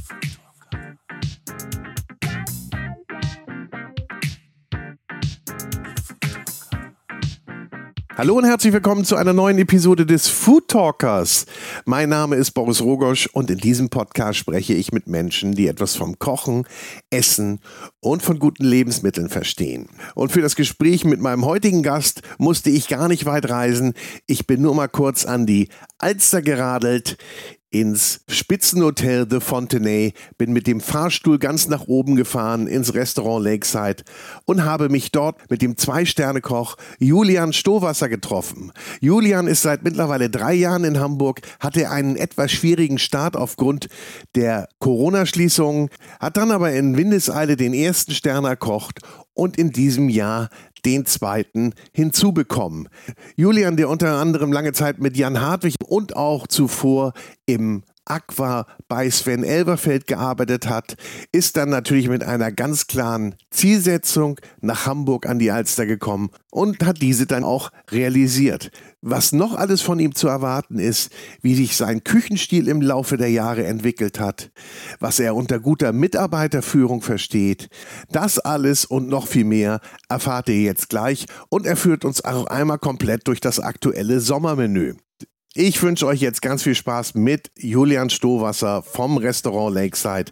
Hallo und herzlich willkommen zu einer neuen Episode des Food Talkers. Mein Name ist Boris Rogosch und in diesem Podcast spreche ich mit Menschen, die etwas vom Kochen, Essen und von guten Lebensmitteln verstehen. Und für das Gespräch mit meinem heutigen Gast musste ich gar nicht weit reisen. Ich bin nur mal kurz an die Alster geradelt, ins Spitzenhotel The Fontenay, bin mit dem Fahrstuhl ganz nach oben gefahren ins Restaurant Lakeside und habe mich dort mit dem 2-Sterne-Koch Julian Stowasser getroffen. Julian ist seit mittlerweile 3 Jahren in Hamburg, hatte einen etwas schwierigen Start aufgrund der Corona-Schließungen, hat dann aber in Windeseile den 1. Stern erkocht und in diesem Jahr den 2. hinzubekommen. Julian, der unter anderem lange Zeit mit Jan Hartwig und auch zuvor im Aqua bei Sven Elverfeld gearbeitet hat, ist dann natürlich mit einer ganz klaren Zielsetzung nach Hamburg an die Alster gekommen und hat diese dann auch realisiert. Was noch alles von ihm zu erwarten ist, wie sich sein Küchenstil im Laufe der Jahre entwickelt hat, was er unter guter Mitarbeiterführung versteht, das alles und noch viel mehr erfahrt ihr jetzt gleich und er führt uns auch einmal komplett durch das aktuelle Sommermenü. Ich wünsche euch jetzt ganz viel Spaß mit Julian Stowasser vom Restaurant Lakeside.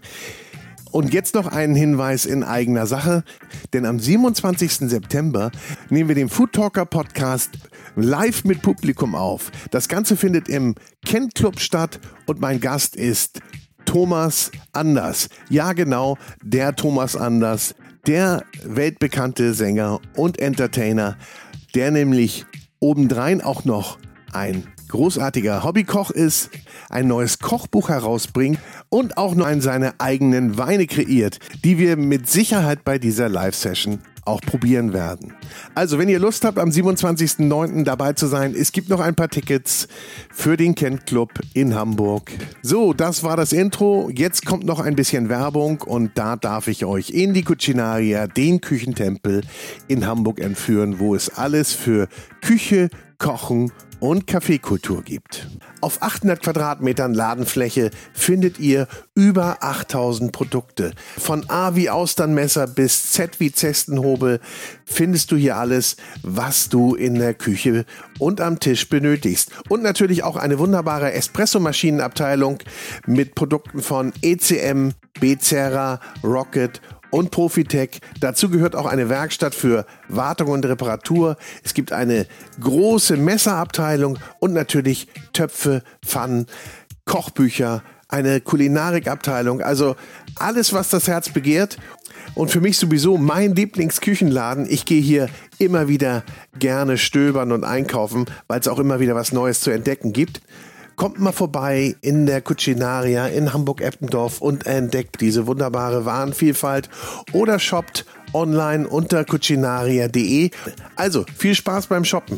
Und jetzt noch einen Hinweis in eigener Sache, denn am 27. September nehmen wir den Food Talker Podcast live mit Publikum auf. Das Ganze findet im Kent Club statt und mein Gast ist Thomas Anders. Ja genau, der Thomas Anders, der weltbekannte Sänger und Entertainer, der nämlich obendrein auch noch ein großartiger Hobbykoch ist, ein neues Kochbuch herausbringt und auch noch seine eigenen Weine kreiert, die wir mit Sicherheit bei dieser Live-Session auch probieren werden. Also, wenn ihr Lust habt, am 27.09. dabei zu sein, es gibt noch ein paar Tickets für den Kent Club in Hamburg. So, das war das Intro. Jetzt kommt noch ein bisschen Werbung und da darf ich euch in die Cucinaria, den Küchentempel in Hamburg entführen, wo es alles für Küche, Kochen und Kaffeekultur gibt. Auf 800 Quadratmetern Ladenfläche findet ihr über 8000 Produkte. Von A wie Austernmesser bis Z wie Zestenhobel findest du hier alles, was du in der Küche und am Tisch benötigst. Und natürlich auch eine wunderbare Espressomaschinenabteilung mit Produkten von ECM, Becerra, Rocket und Profitec. Dazu gehört auch eine Werkstatt für Wartung und Reparatur. Es gibt eine große Messerabteilung und natürlich Töpfe, Pfannen, Kochbücher, eine Kulinarikabteilung. Also alles, was das Herz begehrt. Und für mich sowieso mein Lieblingsküchenladen. Ich gehe hier immer wieder gerne stöbern und einkaufen, weil es auch immer wieder was Neues zu entdecken gibt. Kommt mal vorbei in der Cucinaria in Hamburg-Eppendorf und entdeckt diese wunderbare Warenvielfalt oder shoppt online unter cucinaria.de. Also, viel Spaß beim Shoppen.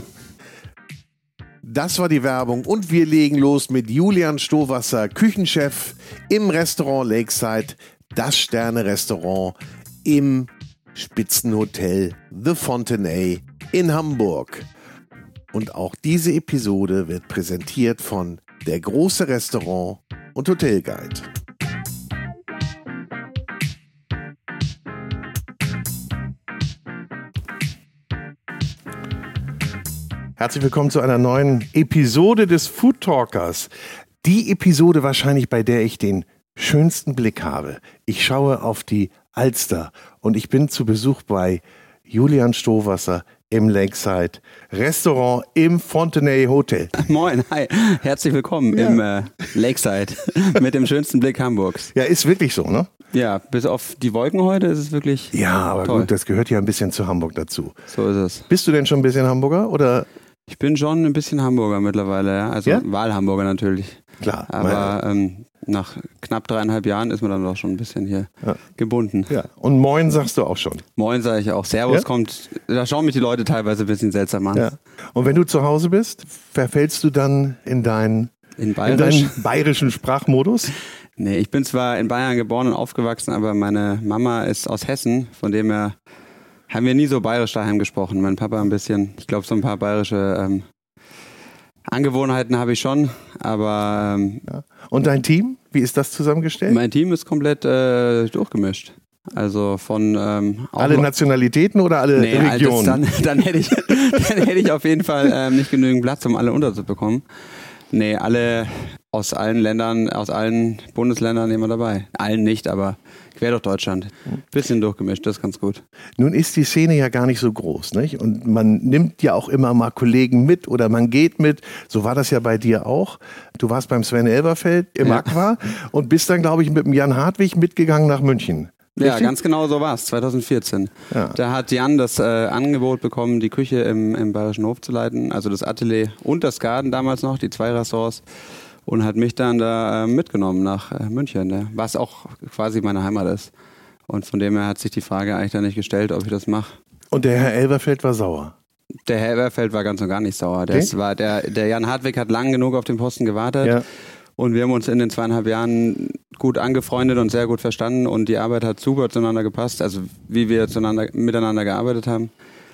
Das war die Werbung und wir legen los mit Julian Stowasser, Küchenchef im Restaurant Lakeside, das Sterne-Restaurant im Spitzenhotel The Fontenay in Hamburg. Und auch diese Episode wird präsentiert von Der große Restaurant und Hotelguide. Herzlich willkommen zu einer neuen Episode des Food Talkers. Die Episode wahrscheinlich, bei der ich den schönsten Blick habe. Ich schaue auf die Alster und ich bin zu Besuch bei Julian Stowasser im Lakeside Restaurant im Fontenay Hotel. Moin, hi, herzlich willkommen im Lakeside mit dem schönsten Blick Hamburgs. Ja, ist wirklich so, ne? Ja, bis auf die Wolken heute ist es wirklich aber toll. Gut, das gehört ja ein bisschen zu Hamburg dazu. So ist es. Bist du denn schon ein bisschen Hamburger oder? Ich bin schon ein bisschen Hamburger mittlerweile, ja. Also Wahlhamburger natürlich. Klar. Aber nach knapp 3,5 Jahren ist man dann doch schon ein bisschen hier gebunden. Ja. Und Moin sagst du auch schon. Moin sage ich auch. Servus kommt, da schauen mich die Leute teilweise ein bisschen seltsam an. Ja. Und wenn du zu Hause bist, verfällst du dann in deinen bayerischen Sprachmodus? Nee, ich bin zwar in Bayern geboren und aufgewachsen, aber meine Mama ist aus Hessen, von dem her haben wir nie so bayerisch daheim gesprochen. Mein Papa ein bisschen, ich glaube so ein paar bayerische Angewohnheiten habe ich schon, aber... Ja. Und dein Team? Wie ist das zusammengestellt? Mein Team ist komplett durchgemischt. Also von alle Nationalitäten oder alle Regionen? Dann hätte ich auf jeden Fall nicht genügend Platz, um alle unterzubekommen. Nee, alle aus allen Ländern, aus allen Bundesländern immer dabei. Allen nicht, aber quer durch Deutschland. Bisschen durchgemischt, das ist ganz gut. Nun ist die Szene ja gar nicht so groß, nicht? Und man nimmt ja auch immer mal Kollegen mit oder man geht mit. So war das ja bei dir auch. Du warst beim Sven Elberfeld im Aqua und bist dann, glaube ich, mit dem Jan Hartwig mitgegangen nach München. Richtig? Ja, ganz genau so war es, 2014. Ja. Da hat Jan das Angebot bekommen, die Küche im Bayerischen Hof zu leiten, also das Atelier und das Garden damals noch, die 2 Restaurants, und hat mich dann da mitgenommen nach München, was auch quasi meine Heimat ist. Und von dem her hat sich die Frage eigentlich dann nicht gestellt, ob ich das mache. Und der Herr Elberfeld war sauer? Der Herr Elberfeld war ganz und gar nicht sauer. Der Jan Hartwig hat lang genug auf den Posten gewartet. Ja. Und wir haben uns in den 2,5 Jahren gut angefreundet und sehr gut verstanden und die Arbeit hat super zueinander gepasst, also wie wir miteinander gearbeitet haben.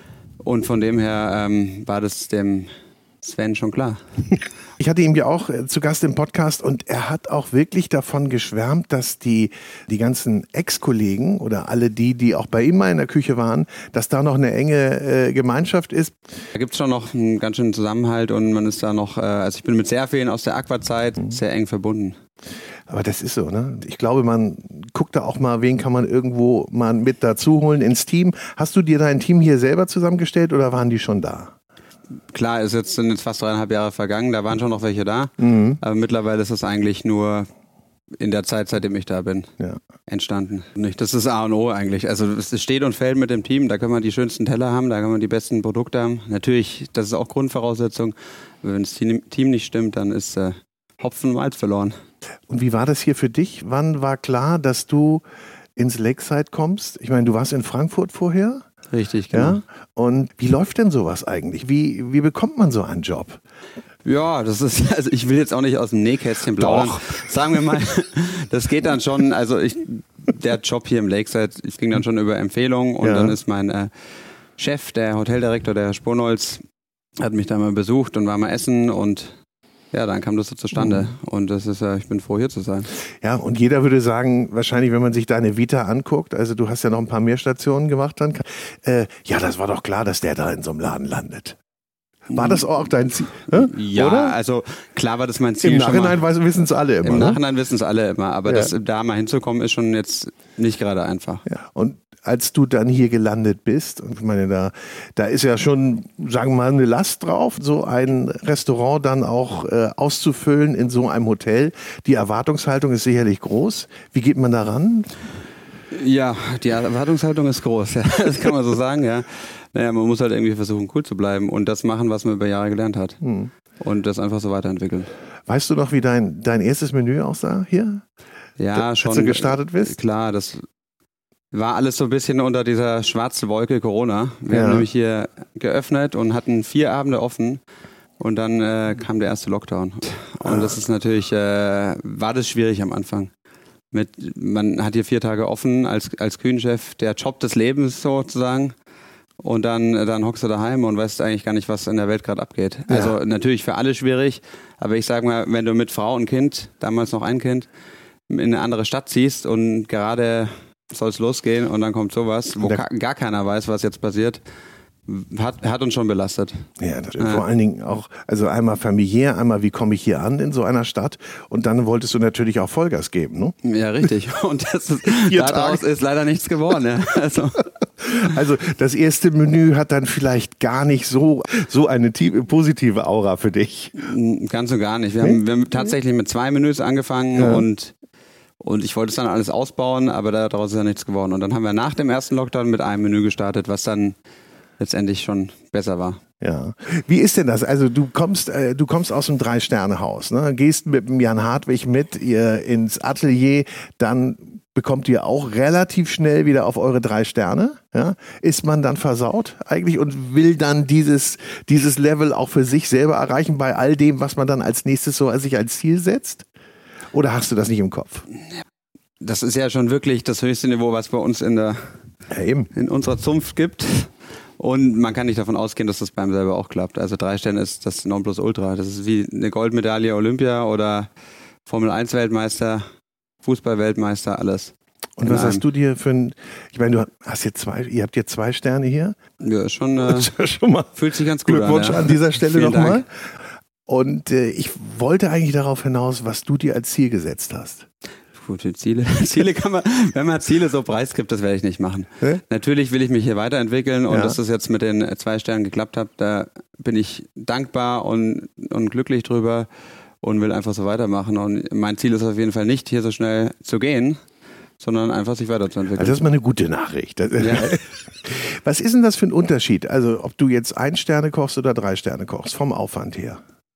Und von dem her war das dem Sven schon klar. Ich hatte ihn ja auch zu Gast im Podcast und er hat auch wirklich davon geschwärmt, dass die ganzen Ex-Kollegen oder alle die auch bei ihm mal in der Küche waren, dass da noch eine enge Gemeinschaft ist. Da gibt es schon noch einen ganz schönen Zusammenhalt und man ist da noch, also ich bin mit sehr vielen aus der Aqua-Zeit sehr eng verbunden. Aber das ist so, ne? Ich glaube, man guckt da auch mal, wen kann man irgendwo mal mit dazu holen ins Team. Hast du dir dein Team hier selber zusammengestellt oder waren die schon da? Klar, sind jetzt fast 3,5 Jahre vergangen, da waren schon noch welche da, aber mittlerweile ist es eigentlich nur in der Zeit, seitdem ich da bin, entstanden. Das ist A und O eigentlich, also es steht und fällt mit dem Team, da kann man die schönsten Teller haben, da kann man die besten Produkte haben. Natürlich, das ist auch Grundvoraussetzung, aber wenn das Team nicht stimmt, dann ist Hopfen und Malz verloren. Und wie war das hier für dich? Wann war klar, dass du ins Lakeside kommst? Ich meine, du warst in Frankfurt vorher? Richtig, genau. Ja? Und wie läuft denn sowas eigentlich? Wie bekommt man so einen Job? Ja, das ist, also ich will jetzt auch nicht aus dem Nähkästchen plaudern. Doch. Sagen wir mal, das geht dann schon, also der Job hier im Lakeside, ich ging dann schon über Empfehlungen und dann ist mein Chef, der Hoteldirektor, der Herr Spurnholz, hat mich da mal besucht und war mal essen und ja, dann kam das so zustande und das ist ich bin froh, hier zu sein. Ja, und jeder würde sagen, wahrscheinlich, wenn man sich deine Vita anguckt, also du hast ja noch ein paar mehr Stationen gemacht dann, das war doch klar, dass der da in so einem Laden landet. War das auch dein Ziel? Ja, oder? Also klar war das mein Ziel. Im Nachhinein wissen es alle immer. Im Nachhinein wissen es alle immer, aber da mal hinzukommen ist schon jetzt nicht gerade einfach. Ja, und als du dann hier gelandet bist, und ich meine, da ist ja schon, sagen wir mal, eine Last drauf, so ein Restaurant dann auch auszufüllen in so einem Hotel. Die Erwartungshaltung ist sicherlich groß. Wie geht man da ran? Ja, die Erwartungshaltung ist groß, ja. Das kann man so sagen, ja. Naja, man muss halt irgendwie versuchen, cool zu bleiben und das machen, was man über Jahre gelernt hat. Und das einfach so weiterentwickeln. Weißt du noch, wie dein erstes Menü aussah hier? Ja, schon. Als du gestartet bist? Klar, das war alles so ein bisschen unter dieser schwarzen Wolke Corona. Wir haben nämlich hier geöffnet und hatten 4 Abende offen und dann kam der erste Lockdown. Und das ist natürlich, war das schwierig am Anfang. Man hat hier 4 Tage offen als Küchenchef, der Job des Lebens sozusagen. Und dann hockst du daheim und weißt eigentlich gar nicht, was in der Welt gerade abgeht. Ja. Also natürlich für alle schwierig, aber ich sag mal, wenn du mit Frau und Kind, damals noch ein Kind, in eine andere Stadt ziehst und gerade soll es losgehen und dann kommt sowas, wo gar keiner weiß, was jetzt passiert, hat uns schon belastet. Ja, vor allen Dingen auch, also einmal familiär, einmal wie komme ich hier an in so einer Stadt und dann wolltest du natürlich auch Vollgas geben, ne? Ja, richtig. Und daraus ist leider nichts geworden. Ja. Also das erste Menü hat dann vielleicht gar nicht so eine positive Aura für dich. Ganz und gar nicht. Wir haben tatsächlich mit 2 Menüs angefangen und ich wollte es dann alles ausbauen, aber daraus ist ja nichts geworden. Und dann haben wir nach dem ersten Lockdown mit einem Menü gestartet, was dann letztendlich schon besser war. Ja. Wie ist denn das? Also du kommst aus einem 3-Sterne-Haus, ne? Gehst mit dem Jan Hartwig mit ihr ins Atelier, dann bekommt ihr auch relativ schnell wieder auf eure 3 Sterne. Ja? Ist man dann versaut eigentlich und will dann dieses Level auch für sich selber erreichen bei all dem, was man dann als nächstes so sich als Ziel setzt? Oder hast du das nicht im Kopf? Das ist ja schon wirklich das höchste Niveau, was bei uns in unserer Zunft gibt. Und man kann nicht davon ausgehen, dass das beim selber auch klappt. Also 3 Sterne ist das Nonplusultra. Das ist wie eine Goldmedaille Olympia oder Formel-1-Weltmeister, Fußball-Weltmeister, alles. Und was hast du dir für ein, ich meine, ihr habt hier 2 Sterne hier? Ja, schon mal fühlt sich ganz gut Glückwunsch an. Ja. an dieser Stelle Vielen nochmal. Dank. Und ich wollte eigentlich darauf hinaus, was du dir als Ziel gesetzt hast. Gut, Ziele kann man, wenn man Ziele so preisgibt, das werde ich nicht machen. Natürlich will ich mich hier weiterentwickeln und dass das jetzt mit den 2 Sternen geklappt hat, da bin ich dankbar und glücklich drüber und will einfach so weitermachen. Und mein Ziel ist auf jeden Fall nicht, hier so schnell zu gehen, sondern einfach sich weiterzuentwickeln. Also das ist mal eine gute Nachricht. Ja. Was ist denn das für ein Unterschied? Also ob du jetzt 1 Sterne kochst oder 3 Sterne kochst, vom Aufwand her?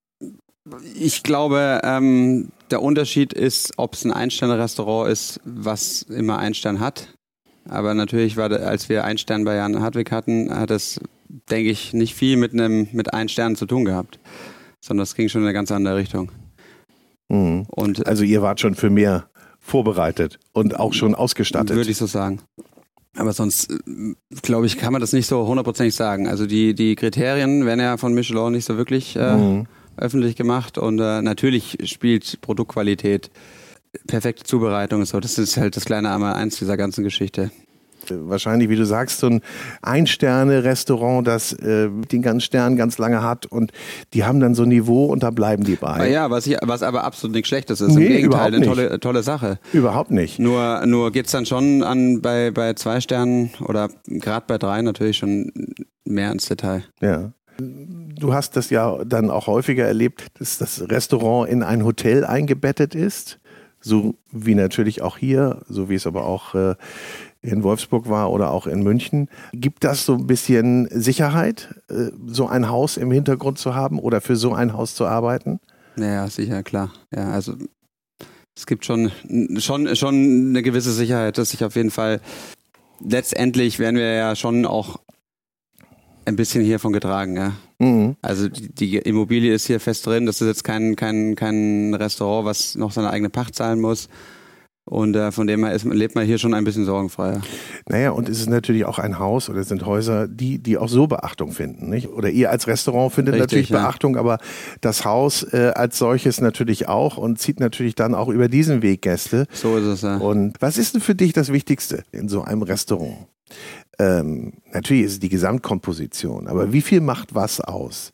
Ich glaube, der Unterschied ist, ob es ein Ein-Sterne-Restaurant ist, was immer 1 Stern hat. Aber natürlich als wir 1 Stern bei Jan Hartwig hatten, hat es, denke ich, nicht viel mit 1 Stern zu tun gehabt. Sondern es ging schon in eine ganz andere Richtung. Mhm. Und also ihr wart schon für mehr vorbereitet und auch schon ausgestattet. Würde ich so sagen. Aber sonst, glaube ich, kann man das nicht so 100% sagen. Also die Kriterien werden ja von Michelin nicht so wirklich öffentlich gemacht und natürlich spielt Produktqualität, perfekte Zubereitung und so. Das ist halt das kleine Einmaleins dieser ganzen Geschichte. Wahrscheinlich, wie du sagst, so ein Ein-Sterne-Restaurant, das den ganzen Stern ganz lange hat und die haben dann so ein Niveau und da bleiben die bei. Ja, was aber absolut nichts Schlechtes ist. Nee, im Gegenteil, überhaupt eine tolle Sache. Überhaupt nicht. Nur geht's dann schon bei 2 Sternen oder gerade bei 3 natürlich schon mehr ins Detail. Ja. Du hast das ja dann auch häufiger erlebt, dass das Restaurant in ein Hotel eingebettet ist, so wie natürlich auch hier, so wie es aber auch in Wolfsburg war oder auch in München. Gibt das so ein bisschen Sicherheit, so ein Haus im Hintergrund zu haben oder für so ein Haus zu arbeiten? Ja, sicher, klar. Ja, also es gibt schon eine gewisse Sicherheit, dass ich auf jeden Fall, letztendlich werden wir ja schon auch ein bisschen hiervon getragen, ja. Mhm. Also die Immobilie ist hier fest drin, das ist jetzt kein Restaurant, was noch seine eigene Pacht zahlen muss. Und von dem her lebt man hier schon ein bisschen sorgenfreier. Naja, und es ist natürlich auch ein Haus oder es sind Häuser, die auch so Beachtung finden, nicht? Oder ihr als Restaurant findet natürlich Beachtung, aber das Haus als solches natürlich auch und zieht natürlich dann auch über diesen Weg Gäste. So ist es, ja. Und was ist denn für dich das Wichtigste in so einem Restaurant? Natürlich ist es die Gesamtkomposition, aber wie viel macht was aus?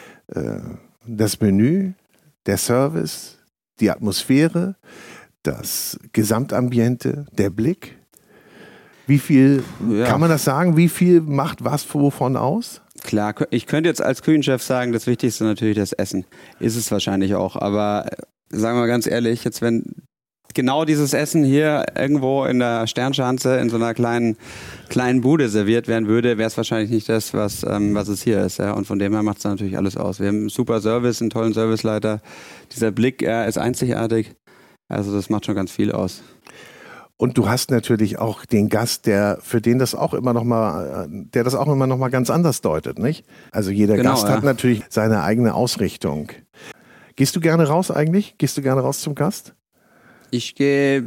Das Menü, der Service, die Atmosphäre, das Gesamtambiente, der Blick? Wie viel, kann man das sagen, wie viel macht was wovon aus? Klar, ich könnte jetzt als Küchenchef sagen, das Wichtigste natürlich das Essen. Ist es wahrscheinlich auch, aber sagen wir mal ganz ehrlich, jetzt wenn genau dieses Essen hier irgendwo in der Sternschanze in so einer kleinen Bude serviert werden würde, wäre es wahrscheinlich nicht das, was es hier ist. Ja? Und von dem her macht es natürlich alles aus. Wir haben einen super Service, einen tollen Serviceleiter. Dieser Blick ist einzigartig. Also das macht schon ganz viel aus. Und du hast natürlich auch den Gast, der das auch immer noch mal ganz anders deutet, nicht? Also jeder Gast hat natürlich seine eigene Ausrichtung. Gehst du gerne raus eigentlich? Gehst du gerne raus zum Gast? Ich gehe.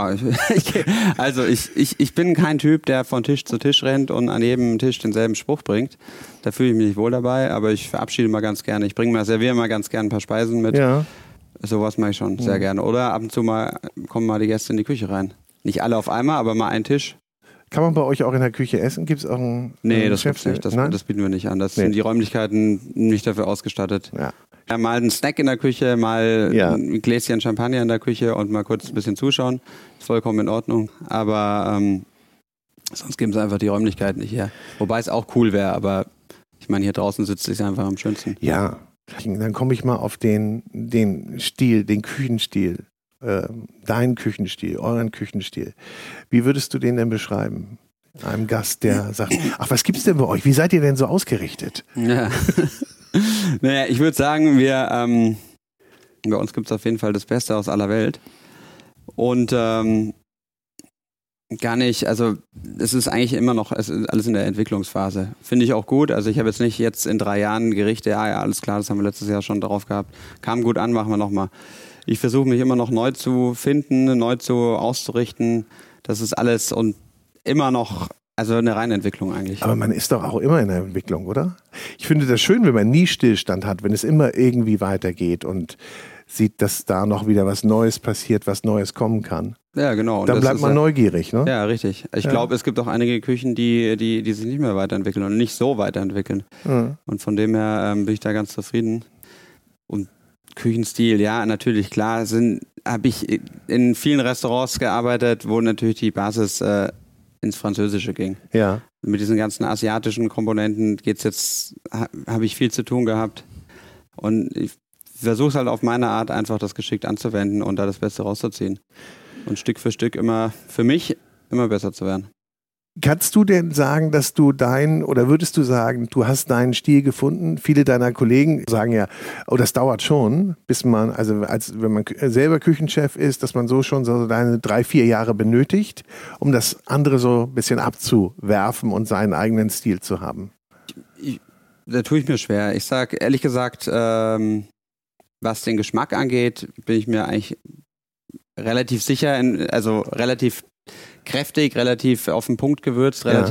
Also ich bin kein Typ, der von Tisch zu Tisch rennt und an jedem Tisch denselben Spruch bringt. Da fühle ich mich nicht wohl dabei, aber ich verabschiede mal ganz gerne. Ich serviere mal ganz gerne ein paar Speisen mit. Ja. Sowas mache ich schon sehr gerne. Oder ab und zu kommen mal die Gäste in die Küche rein. Nicht alle auf einmal, aber mal einen Tisch. Kann man bei euch auch in der Küche essen? Gibt es auch einen Nee, das gibt's nicht. Das bieten wir nicht an. Das sind die Räumlichkeiten nicht dafür ausgestattet. Ja. Ja, mal einen Snack in der Küche, mal ein Gläschen Champagner in der Küche und mal kurz ein bisschen zuschauen. Ist vollkommen in Ordnung. Aber sonst geben sie einfach die Räumlichkeiten nicht her. Wobei es auch cool wäre, aber ich meine, hier draußen sitzt es einfach am schönsten. Ja, dann komme ich mal auf den Stil, den Küchenstil. Deinen Küchenstil, euren Küchenstil. Wie würdest du den denn beschreiben? Einem Gast, der sagt, ach, was gibt's denn bei euch? Wie seid ihr denn so ausgerichtet? Ja. Naja, ich würde sagen, bei uns gibt es auf jeden Fall das Beste aus aller Welt. Und gar nicht, also es ist eigentlich immer noch, es ist alles in der Entwicklungsphase. Finde ich auch gut. Also ich habe jetzt nicht in 3 Jahren Gerichte, ja, alles klar, das haben wir letztes Jahr schon drauf gehabt. Kam gut an, machen wir nochmal. Ich versuche mich immer noch neu zu finden, neu auszurichten. Das ist alles und immer noch Also eine reine Entwicklung eigentlich. Aber man ist doch auch immer in der Entwicklung, oder? Ich finde das schön, wenn man nie Stillstand hat, wenn es immer irgendwie weitergeht und sieht, dass da noch wieder was Neues passiert, was Neues kommen kann. Ja, genau. Und dann bleibt man neugierig, ne? Ja, richtig. Ich glaube, es gibt auch einige Küchen, die sich nicht mehr weiterentwickeln und nicht so weiterentwickeln. Mhm. Und von dem her bin ich da ganz zufrieden. Und Küchenstil, ja, natürlich, klar, habe ich in vielen Restaurants gearbeitet, wo natürlich die Basis ins Französische ging. Ja. Mit diesen ganzen asiatischen Komponenten habe ich viel zu tun gehabt. Und ich versuche es halt auf meine Art einfach das geschickt anzuwenden und da das Beste rauszuziehen. Und Stück für Stück für mich immer besser zu werden. Kannst du denn sagen, dass du würdest du sagen, du hast deinen Stil gefunden? Viele deiner Kollegen sagen ja, oh, das dauert schon, bis man, wenn man selber Küchenchef ist, dass man so schon so deine 3-4 Jahre benötigt, um das andere so ein bisschen abzuwerfen und seinen eigenen Stil zu haben. Da tue ich mir schwer. Ich sage ehrlich gesagt, was den Geschmack angeht, bin ich mir eigentlich relativ sicher, also relativ kräftig, relativ auf den Punkt gewürzt, mit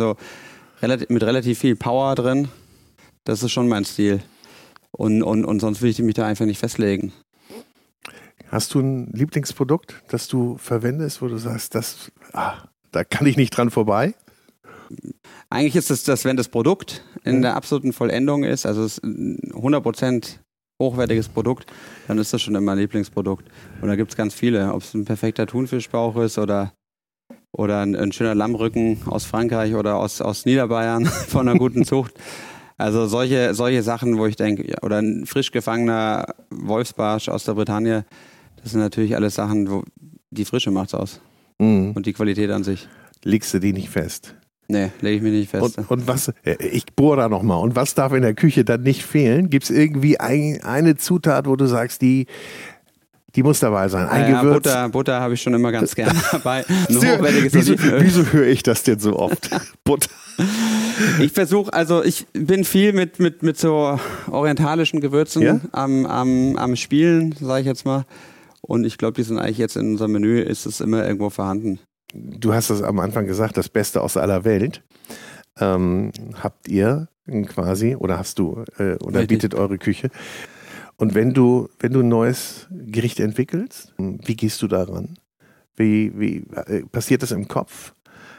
relativ viel Power drin. Das ist schon mein Stil. Und sonst will ich mich da einfach nicht festlegen. Hast du ein Lieblingsprodukt, das du verwendest, wo du sagst, da kann ich nicht dran vorbei? Eigentlich ist es das, wenn das Produkt in der absoluten Vollendung ist, also es ist ein 100% hochwertiges Produkt, dann ist das schon immer ein Lieblingsprodukt. Und da gibt es ganz viele, ob es ein perfekter Thunfischbauch ist oder ein schöner Lammrücken aus Frankreich oder aus Niederbayern von einer guten Zucht. Also solche Sachen, wo ich denke, oder ein frisch gefangener Wolfsbarsch aus der Bretagne, das sind natürlich alles Sachen, wo die Frische macht's aus. Mhm. Und die Qualität an sich. Legst du die nicht fest? Nee, lege ich mir nicht fest. Und was, ich bohre da nochmal, und was darf in der Küche dann nicht fehlen? Gibt es irgendwie eine Zutat, wo du sagst, die muss dabei sein? Ein Gewürz? Butter habe ich schon immer ganz gerne dabei. Wieso höre ich das denn so oft? Butter. Ich bin viel mit so orientalischen Gewürzen am Spielen, sage ich jetzt mal. Und ich glaube, die sind eigentlich jetzt in unserem Menü, ist es immer irgendwo vorhanden. Du hast es am Anfang gesagt, das Beste aus aller Welt. Habt ihr quasi, oder hast du, oder bietet eure Küche. Und wenn du ein neues Gericht entwickelst, wie gehst du daran? Wie passiert das im Kopf?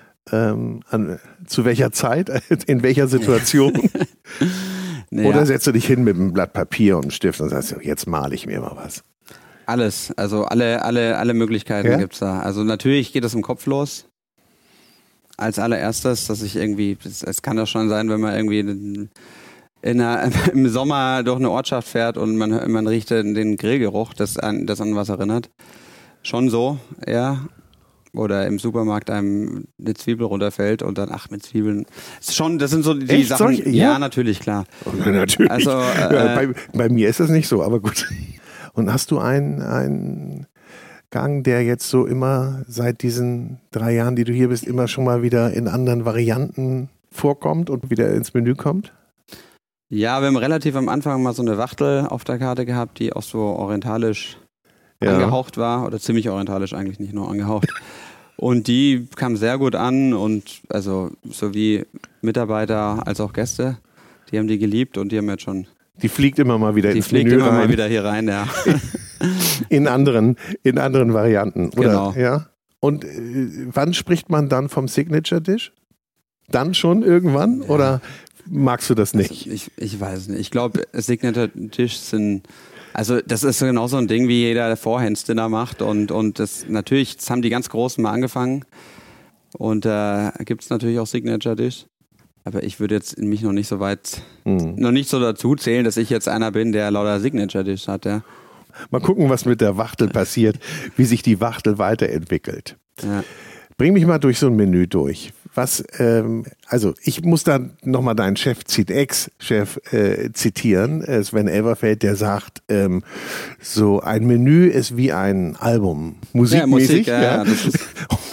Zu welcher Zeit? In welcher Situation? Naja. Oder setzt du dich hin mit einem Blatt Papier und einem Stift und sagst, jetzt male ich mir mal was? Alles, also alle Möglichkeiten gibt's da. Also natürlich geht es im Kopf los. Als allererstes, dass ich irgendwie, es kann das schon sein, wenn man irgendwie im Sommer durch eine Ortschaft fährt und man riecht den Grillgeruch, das an was erinnert. Schon so, ja. Oder im Supermarkt einem eine Zwiebel runterfällt und dann, mit Zwiebeln. Das sind so die Sachen. Ja, natürlich, klar. Natürlich. Also, bei mir ist das nicht so, aber gut. Und hast du einen Gang, der jetzt so immer seit diesen 3 Jahren, die du hier bist, immer schon mal wieder in anderen Varianten vorkommt und wieder ins Menü kommt? Ja, wir haben relativ am Anfang mal so eine Wachtel auf der Karte gehabt, die auch so orientalisch angehaucht war. Oder ziemlich orientalisch eigentlich, nicht nur angehaucht. Und die kam sehr gut an und also sowie Mitarbeiter als auch Gäste, die haben die geliebt und die haben jetzt schon... Die fliegt immer mal wieder ins Menü rein. Die fliegt immer mal wieder hier rein, ja. in anderen Varianten, oder? Genau. Ja? Und wann spricht man dann vom Signature-Dish? Dann schon irgendwann? Ja. Oder magst du das nicht? Also ich weiß nicht. Ich glaube, Signature-Dish das ist genau so ein Ding, wie jeder Forehands-Dinner macht. Und das haben die ganz Großen mal angefangen. Und da gibt es natürlich auch Signature-Dish. Aber ich würde jetzt mich noch nicht so dazu zählen, dass ich jetzt einer bin, der lauter Signature-Dish hat, ja. Mal gucken, was mit der Wachtel passiert, wie sich die Wachtel weiterentwickelt. Ja. Bring mich mal durch so ein Menü durch. Ich muss da nochmal deinen Ex-Chef zitieren, Sven Elverfeld, der sagt, so ein Menü ist wie ein Album, musikmäßig. Ja, Musik, das ist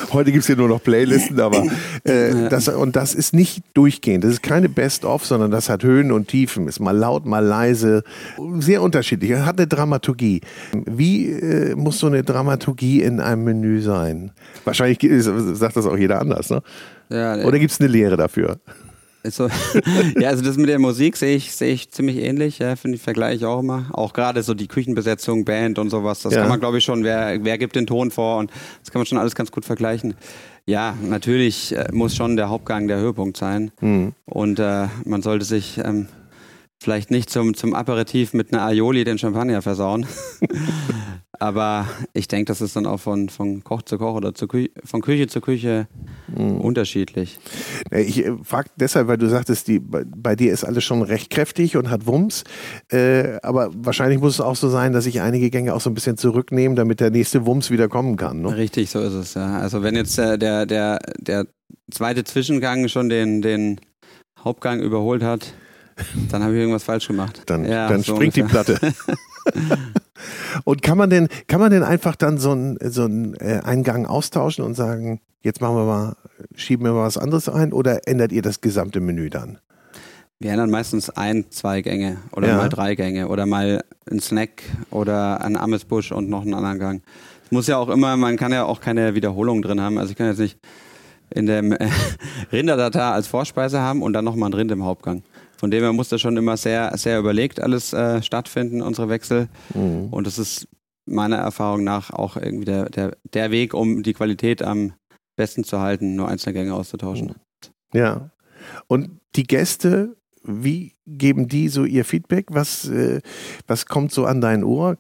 Heute gibt es hier nur noch Playlisten, aber das ist nicht durchgehend. Das ist keine Best-of, sondern das hat Höhen und Tiefen. Ist mal laut, mal leise. Sehr unterschiedlich. Hat eine Dramaturgie. Wie muss so eine Dramaturgie in einem Menü sein? Wahrscheinlich sagt das auch jeder anders, ne? Ja, oder gibt es eine Lehre dafür? Also, ja, also das mit der Musik sehe ich ziemlich ähnlich, ja, vergleiche ich auch immer. Auch gerade so die Küchenbesetzung, Band und sowas, das kann man, glaube ich, schon, wer gibt den Ton vor, und das kann man schon alles ganz gut vergleichen. Ja, natürlich muss schon der Hauptgang der Höhepunkt sein. Und man sollte sich vielleicht nicht zum Aperitif mit einer Aioli den Champagner versauen. Aber ich denke, das ist dann auch von Koch zu Koch oder von Küche zu Küche unterschiedlich. Ich frage deshalb, weil du sagtest, bei dir ist alles schon recht kräftig und hat Wumms. Aber wahrscheinlich muss es auch so sein, dass sich einige Gänge auch so ein bisschen zurücknehmen, damit der nächste Wumms wieder kommen kann. Ne? Richtig, so ist es, ja. Also wenn jetzt der zweite Zwischengang schon den Hauptgang überholt hat, dann habe ich irgendwas falsch gemacht. Dann so springt ungefähr die Platte. Und kann man denn einfach dann so einen Eingang austauschen und sagen, jetzt schieben wir mal was anderes ein, oder ändert ihr das gesamte Menü dann? Wir ändern meistens 2 Gänge oder mal 3 Gänge oder mal einen Snack oder einen Amesbusch und noch einen anderen Gang. Es muss ja auch immer, man kann ja auch keine Wiederholung drin haben. Also ich kann jetzt nicht in dem Rindertatar als Vorspeise haben und dann nochmal ein Rind im Hauptgang. Von dem her muss das schon immer sehr, sehr überlegt alles stattfinden, unsere Wechsel. Und das ist meiner Erfahrung nach auch irgendwie der Weg, um die Qualität am besten zu halten, nur einzelne Gänge auszutauschen. Ja. Und die Gäste, wie geben die so ihr Feedback? Was kommt so an dein Ohr?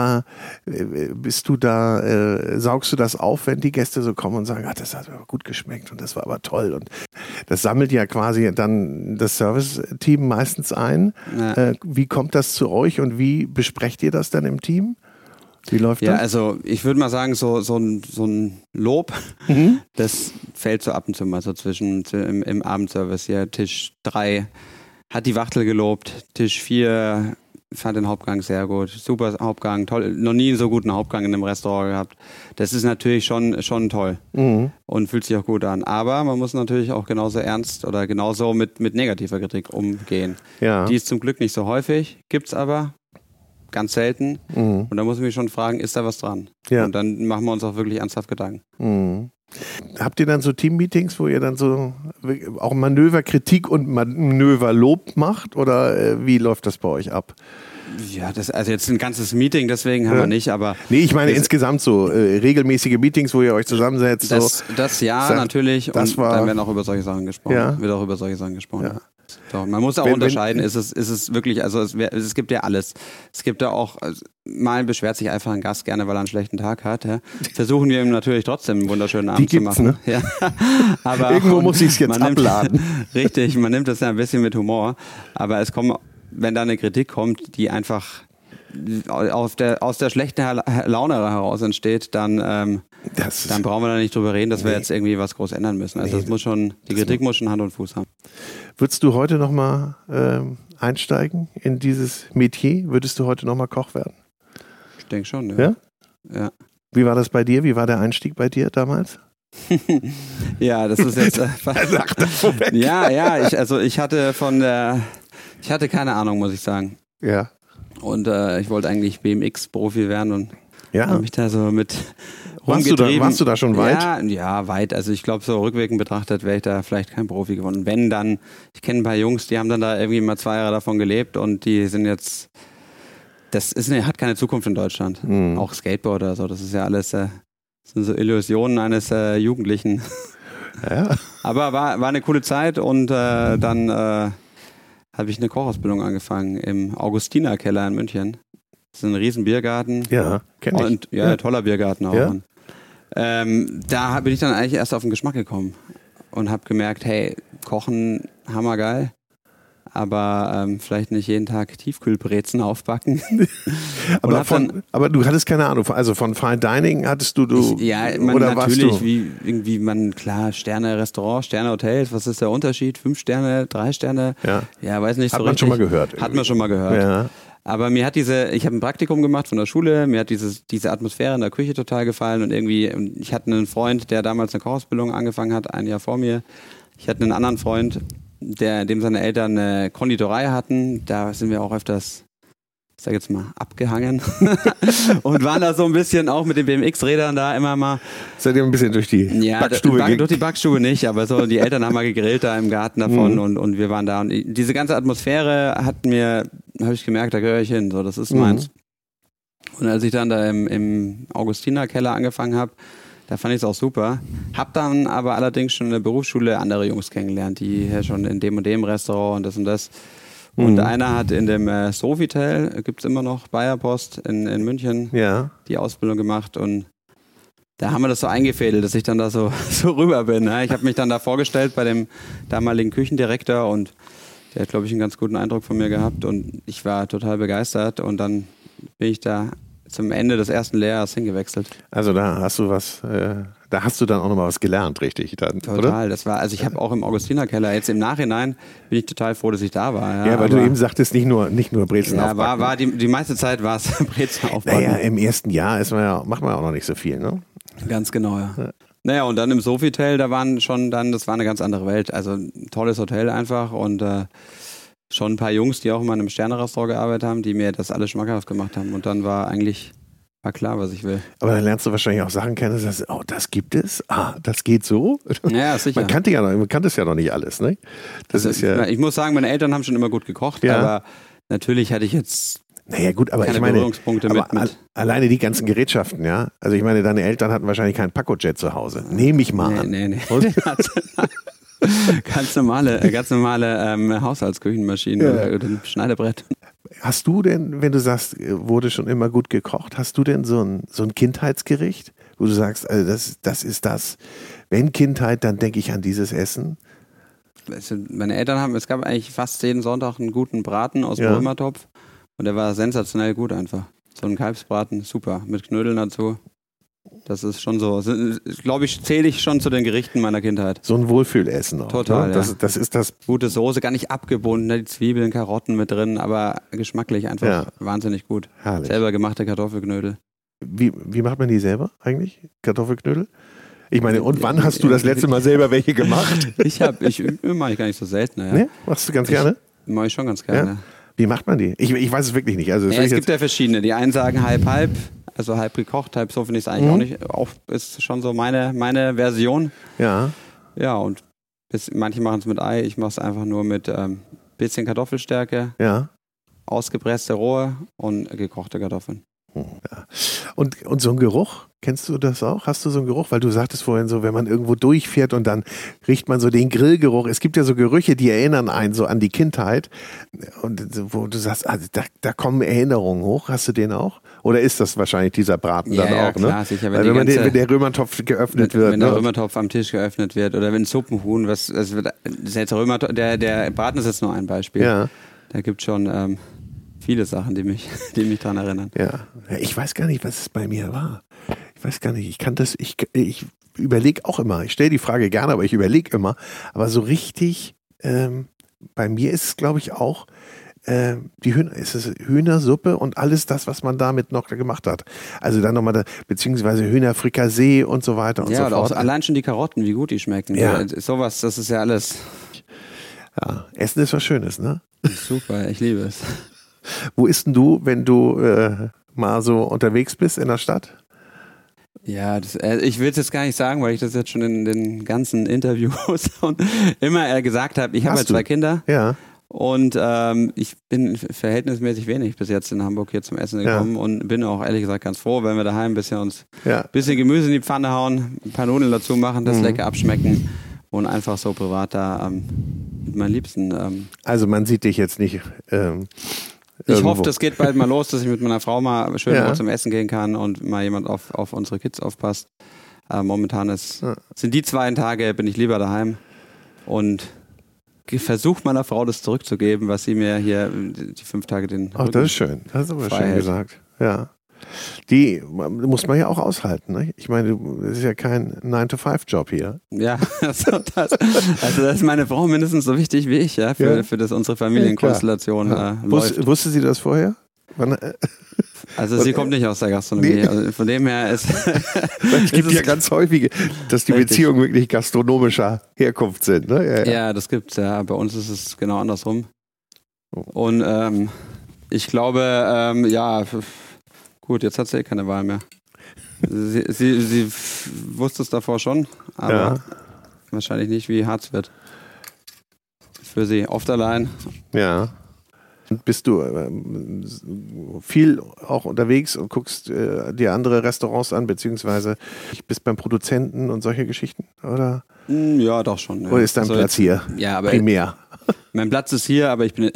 Saugst du das auf, wenn die Gäste so kommen und sagen, das hat aber gut geschmeckt und das war aber toll? Und das sammelt ja quasi dann das Service-Team meistens ein. Ja. Wie kommt das zu euch und wie besprecht ihr das dann im Team? Wie läuft das? Ja, also ich würde mal sagen, so ein Lob, das fällt so ab und zu mal so im Abendservice. Hier Tisch 3 hat die Wachtel gelobt, Tisch 4 fand den Hauptgang sehr gut, super Hauptgang, toll, noch nie so guten Hauptgang in einem Restaurant gehabt. Das ist natürlich schon toll und fühlt sich auch gut an. Aber man muss natürlich auch genauso ernst oder genauso mit negativer Kritik umgehen. Ja. Die ist zum Glück nicht so häufig, gibt's aber ganz selten. Und da muss ich mich schon fragen, ist da was dran? Ja. Und dann machen wir uns auch wirklich ernsthaft Gedanken. Habt ihr dann so Teammeetings, wo ihr dann so auch Manöverkritik und Manöverlob macht, oder wie läuft das bei euch ab? Ja, also jetzt ein ganzes Meeting, deswegen haben wir nicht, aber... Nee, ich meine insgesamt so regelmäßige Meetings, wo ihr euch zusammensetzt. Das natürlich, und dann werden auch über solche Sachen gesprochen. Ja. Wird auch über solche Sachen gesprochen. Ja. Doch, man muss auch unterscheiden, ist es wirklich, also es gibt ja alles. Es gibt ja auch, mal beschwert sich einfach ein Gast gerne, weil er einen schlechten Tag hat. Ja. Versuchen wir ihm natürlich trotzdem einen wunderschönen Abend zu machen. Ne? Ja. Aber irgendwo muss ich es jetzt abladen. Richtig, man nimmt das ja ein bisschen mit Humor. Aber wenn da eine Kritik kommt, die einfach aus der schlechten Laune heraus entsteht, dann brauchen wir da nicht drüber reden, dass wir jetzt irgendwie was groß ändern müssen. Also die Kritik muss schon Hand und Fuß haben. Würdest du heute nochmal einsteigen in dieses Metier? Würdest du heute nochmal Koch werden? Ich denke schon, ja. Ja. Wie war das bei dir? Wie war der Einstieg bei dir damals? Ja, das ist jetzt... ich hatte keine Ahnung, muss ich sagen. Ja. Und ich wollte eigentlich BMX-Profi werden und habe mich da so mit rumgetrieben. Warst du da schon weit? Ja, weit. Also ich glaube, so rückwirkend betrachtet wäre ich da vielleicht kein Profi geworden. Wenn dann, ich kenne ein paar Jungs, die haben dann da irgendwie mal 2 Jahre davon gelebt und die sind jetzt, hat keine Zukunft in Deutschland. Auch Skateboard oder so, das ist ja alles, das sind so Illusionen eines Jugendlichen. Ja. Aber war eine coole Zeit, und dann habe ich eine Kochausbildung angefangen im Augustinerkeller in München. Das ist ein riesen Biergarten. Ja, kenn ich. Und toller Biergarten auch. Ja. Da bin ich dann eigentlich erst auf den Geschmack gekommen und habe gemerkt, hey, Kochen, hammergeil, aber vielleicht nicht jeden Tag Tiefkühlbrezen aufbacken. aber du hattest keine Ahnung, also von Fine Dining hattest du oder natürlich, klar, Sterne-Restaurant, Sterne-Hotels, was ist der Unterschied? 5 Sterne, 3 Sterne? Ja, weiß nicht so richtig. Hat man schon mal gehört. Hat man schon mal gehört. Ja. Aber ich habe ein Praktikum gemacht von der Schule, mir hat diese Atmosphäre in der Küche total gefallen und ich hatte einen Freund, der damals eine Kochausbildung angefangen hat, ein Jahr vor mir. Ich hatte einen anderen Freund, dem seine Eltern eine Konditorei hatten, da sind wir auch öfters, ich sag jetzt mal, abgehangen und waren da so ein bisschen auch mit den BMX-Rädern da immer mal. Seid ihr ein bisschen durch die Backstube gegangen? Durch die Backstube nicht, aber so die Eltern haben mal gegrillt da im Garten davon und wir waren da. Und diese ganze Atmosphäre habe ich gemerkt, da gehöre ich hin, so, das ist meins. Und als ich dann da im Augustiner-Keller angefangen habe, da fand ich es auch super. Hab dann aber allerdings schon in der Berufsschule andere Jungs kennengelernt, die hier schon in dem und dem Restaurant und das und das. Und einer hat in dem Sofitel, gibt's immer noch, Bayerpost in München, die Ausbildung gemacht und da haben wir das so eingefädelt, dass ich dann da so rüber bin. Ne? Ich habe mich dann da vorgestellt bei dem damaligen Küchendirektor und der hat, glaube ich, einen ganz guten Eindruck von mir gehabt und ich war total begeistert und dann bin ich da zum Ende des ersten Lehrjahres hingewechselt. Also da hast du da hast du dann auch nochmal was gelernt, richtig? Dann, total, oder? Ich habe auch im Augustinerkeller, jetzt im Nachhinein bin ich total froh, dass ich da war. Ja, weil du eben sagtest, nicht nur Brezeln aufbacken. Ja, die meiste Zeit war es Brezeln aufbacken. Naja, im ersten Jahr macht man ja auch noch nicht so viel, ne? Ganz genau, ja. Naja, und dann im Sofitel, das war eine ganz andere Welt. Also ein tolles Hotel einfach und schon ein paar Jungs, die auch immer in einem Sterne-Restaurant gearbeitet haben, die mir das alles schmackhaft gemacht haben. Und dann war klar, was ich will. Aber dann lernst du wahrscheinlich auch Sachen kennen, dass das gibt es? Das geht so? Ja, sicher. Man kannte es ja noch nicht alles, ne? Das ist ja. Ich muss sagen, meine Eltern haben schon immer gut gekocht, aber natürlich hatte ich jetzt gut, aber keine ich meine, Berührungspunkte mit. Alleine die ganzen Gerätschaften, ja? Also ich meine, deine Eltern hatten wahrscheinlich keinen Pacojet zu Hause. Nehme ich mal an. Nee. Ganz normale Haushaltsküchenmaschinen oder ein Schneidebrett. Hast du denn, wenn du sagst, wurde schon immer gut gekocht, hast du denn so ein Kindheitsgericht, wo du sagst, also das ist das, wenn Kindheit, dann denke ich an dieses Essen? Meine Eltern es gab eigentlich fast jeden Sonntag einen guten Braten aus dem Römertopf und der war sensationell gut einfach. So ein Kalbsbraten, super, mit Knödeln dazu. Das ist schon so, glaube ich, zähle ich schon zu den Gerichten meiner Kindheit. So ein Wohlfühlessen auch. Total, ne? Das ist das. Gute Soße, gar nicht abgebunden, die Zwiebeln, Karotten mit drin, aber geschmacklich einfach wahnsinnig gut. Herrlich. Selber gemachte Kartoffelknödel. Wie macht man die selber eigentlich, Kartoffelknödel? Ich meine, und wann hast du das letzte Mal selber welche gemacht? Mache ich gar nicht so selten. Ja. Nee? Machst du ganz gerne? Mache ich schon ganz gerne. Ja? Wie macht man die? Ich weiß es wirklich nicht. Also, es gibt ja verschiedene. Die einen sagen halb, also halb gekocht, halb so finde ich es eigentlich auch nicht. Auch ist schon so meine Version. Ja. Ja, und manche machen es mit Ei, ich mache es einfach nur mit bisschen Kartoffelstärke, ausgepresste rohe und gekochte Kartoffeln. Ja. Und so ein Geruch, kennst du das auch? Hast du so einen Geruch? Weil du sagtest vorhin so, wenn man irgendwo durchfährt und dann riecht man so den Grillgeruch. Es gibt ja so Gerüche, die erinnern einen so an die Kindheit. Und wo du sagst, also da kommen Erinnerungen hoch. Hast du den auch? Oder ist das wahrscheinlich dieser Braten dann auch? Klar, ne? Sicher. Wenn der Römertopf geöffnet wird. Wenn der Römertopf am Tisch geöffnet wird oder wenn Suppenhuhn, der Braten ist jetzt nur ein Beispiel. Ja. Da gibt es schon viele Sachen, die mich daran erinnern. Ja, ich weiß gar nicht, was es bei mir war. Ich weiß gar nicht, ich überlege auch immer. Ich stelle die Frage gerne, aber ich überlege immer. Aber so richtig, bei mir ist es, glaube ich, auch ist es Hühnersuppe und alles das, was man damit noch gemacht hat. Also dann nochmal, beziehungsweise Hühnerfrikassee und so weiter und so fort. Ja, auch allein schon die Karotten, wie gut die schmecken. Ja. Sowas, das ist ja alles. Ja, Essen ist was Schönes, ne? Super, ich liebe es. Wo isst denn du, wenn du mal so unterwegs bist in der Stadt? Ja, ich will es jetzt gar nicht sagen, weil ich das jetzt schon in den ganzen Interviews und immer gesagt habe. Ich habe halt 2 Kinder. Ja. Und ich bin verhältnismäßig wenig bis jetzt in Hamburg hier zum Essen gekommen und bin auch ehrlich gesagt ganz froh, wenn wir daheim ein bisschen Gemüse in die Pfanne hauen, ein paar Nudeln dazu machen, das lecker abschmecken und einfach so privat da mit meinen Liebsten. Also man sieht dich jetzt nicht. Ich hoffe, das geht bald mal los, dass ich mit meiner Frau mal schön zum Essen gehen kann und mal jemand auf unsere Kids aufpasst. Momentan sind die 2 Tage, bin ich lieber daheim und versuche meiner Frau das zurückzugeben, was sie mir hier die 5 Tage den Ach, das ist schön. Das ist aber schön gesagt. Ja. Die muss man ja auch aushalten. Ne? Ich meine, das ist ja kein 9-to-5-Job hier. Ja, das ist meine Frau mindestens so wichtig wie ich, für das unsere Familienkonstellation läuft. Wusste sie das vorher? Also sie kommt nicht aus der Gastronomie. Nee. Also von dem her ist es gibt ja ganz häufige, dass die Richtig. Beziehungen wirklich gastronomischer Herkunft sind. Ne? Ja, das gibt's ja. Bei uns ist es genau andersrum. Und ich glaube, gut, jetzt hat sie keine Wahl mehr. Sie wusste es davor schon, aber wahrscheinlich nicht, wie hart es wird. Für sie. Oft allein. Ja. Bist du viel auch unterwegs und guckst dir andere Restaurants an, beziehungsweise bist beim Produzenten und solche Geschichten, oder? Ja, doch schon. Ja. Oder ist dein Platz hier Ja, aber primär? Mein Platz ist hier, aber ich bin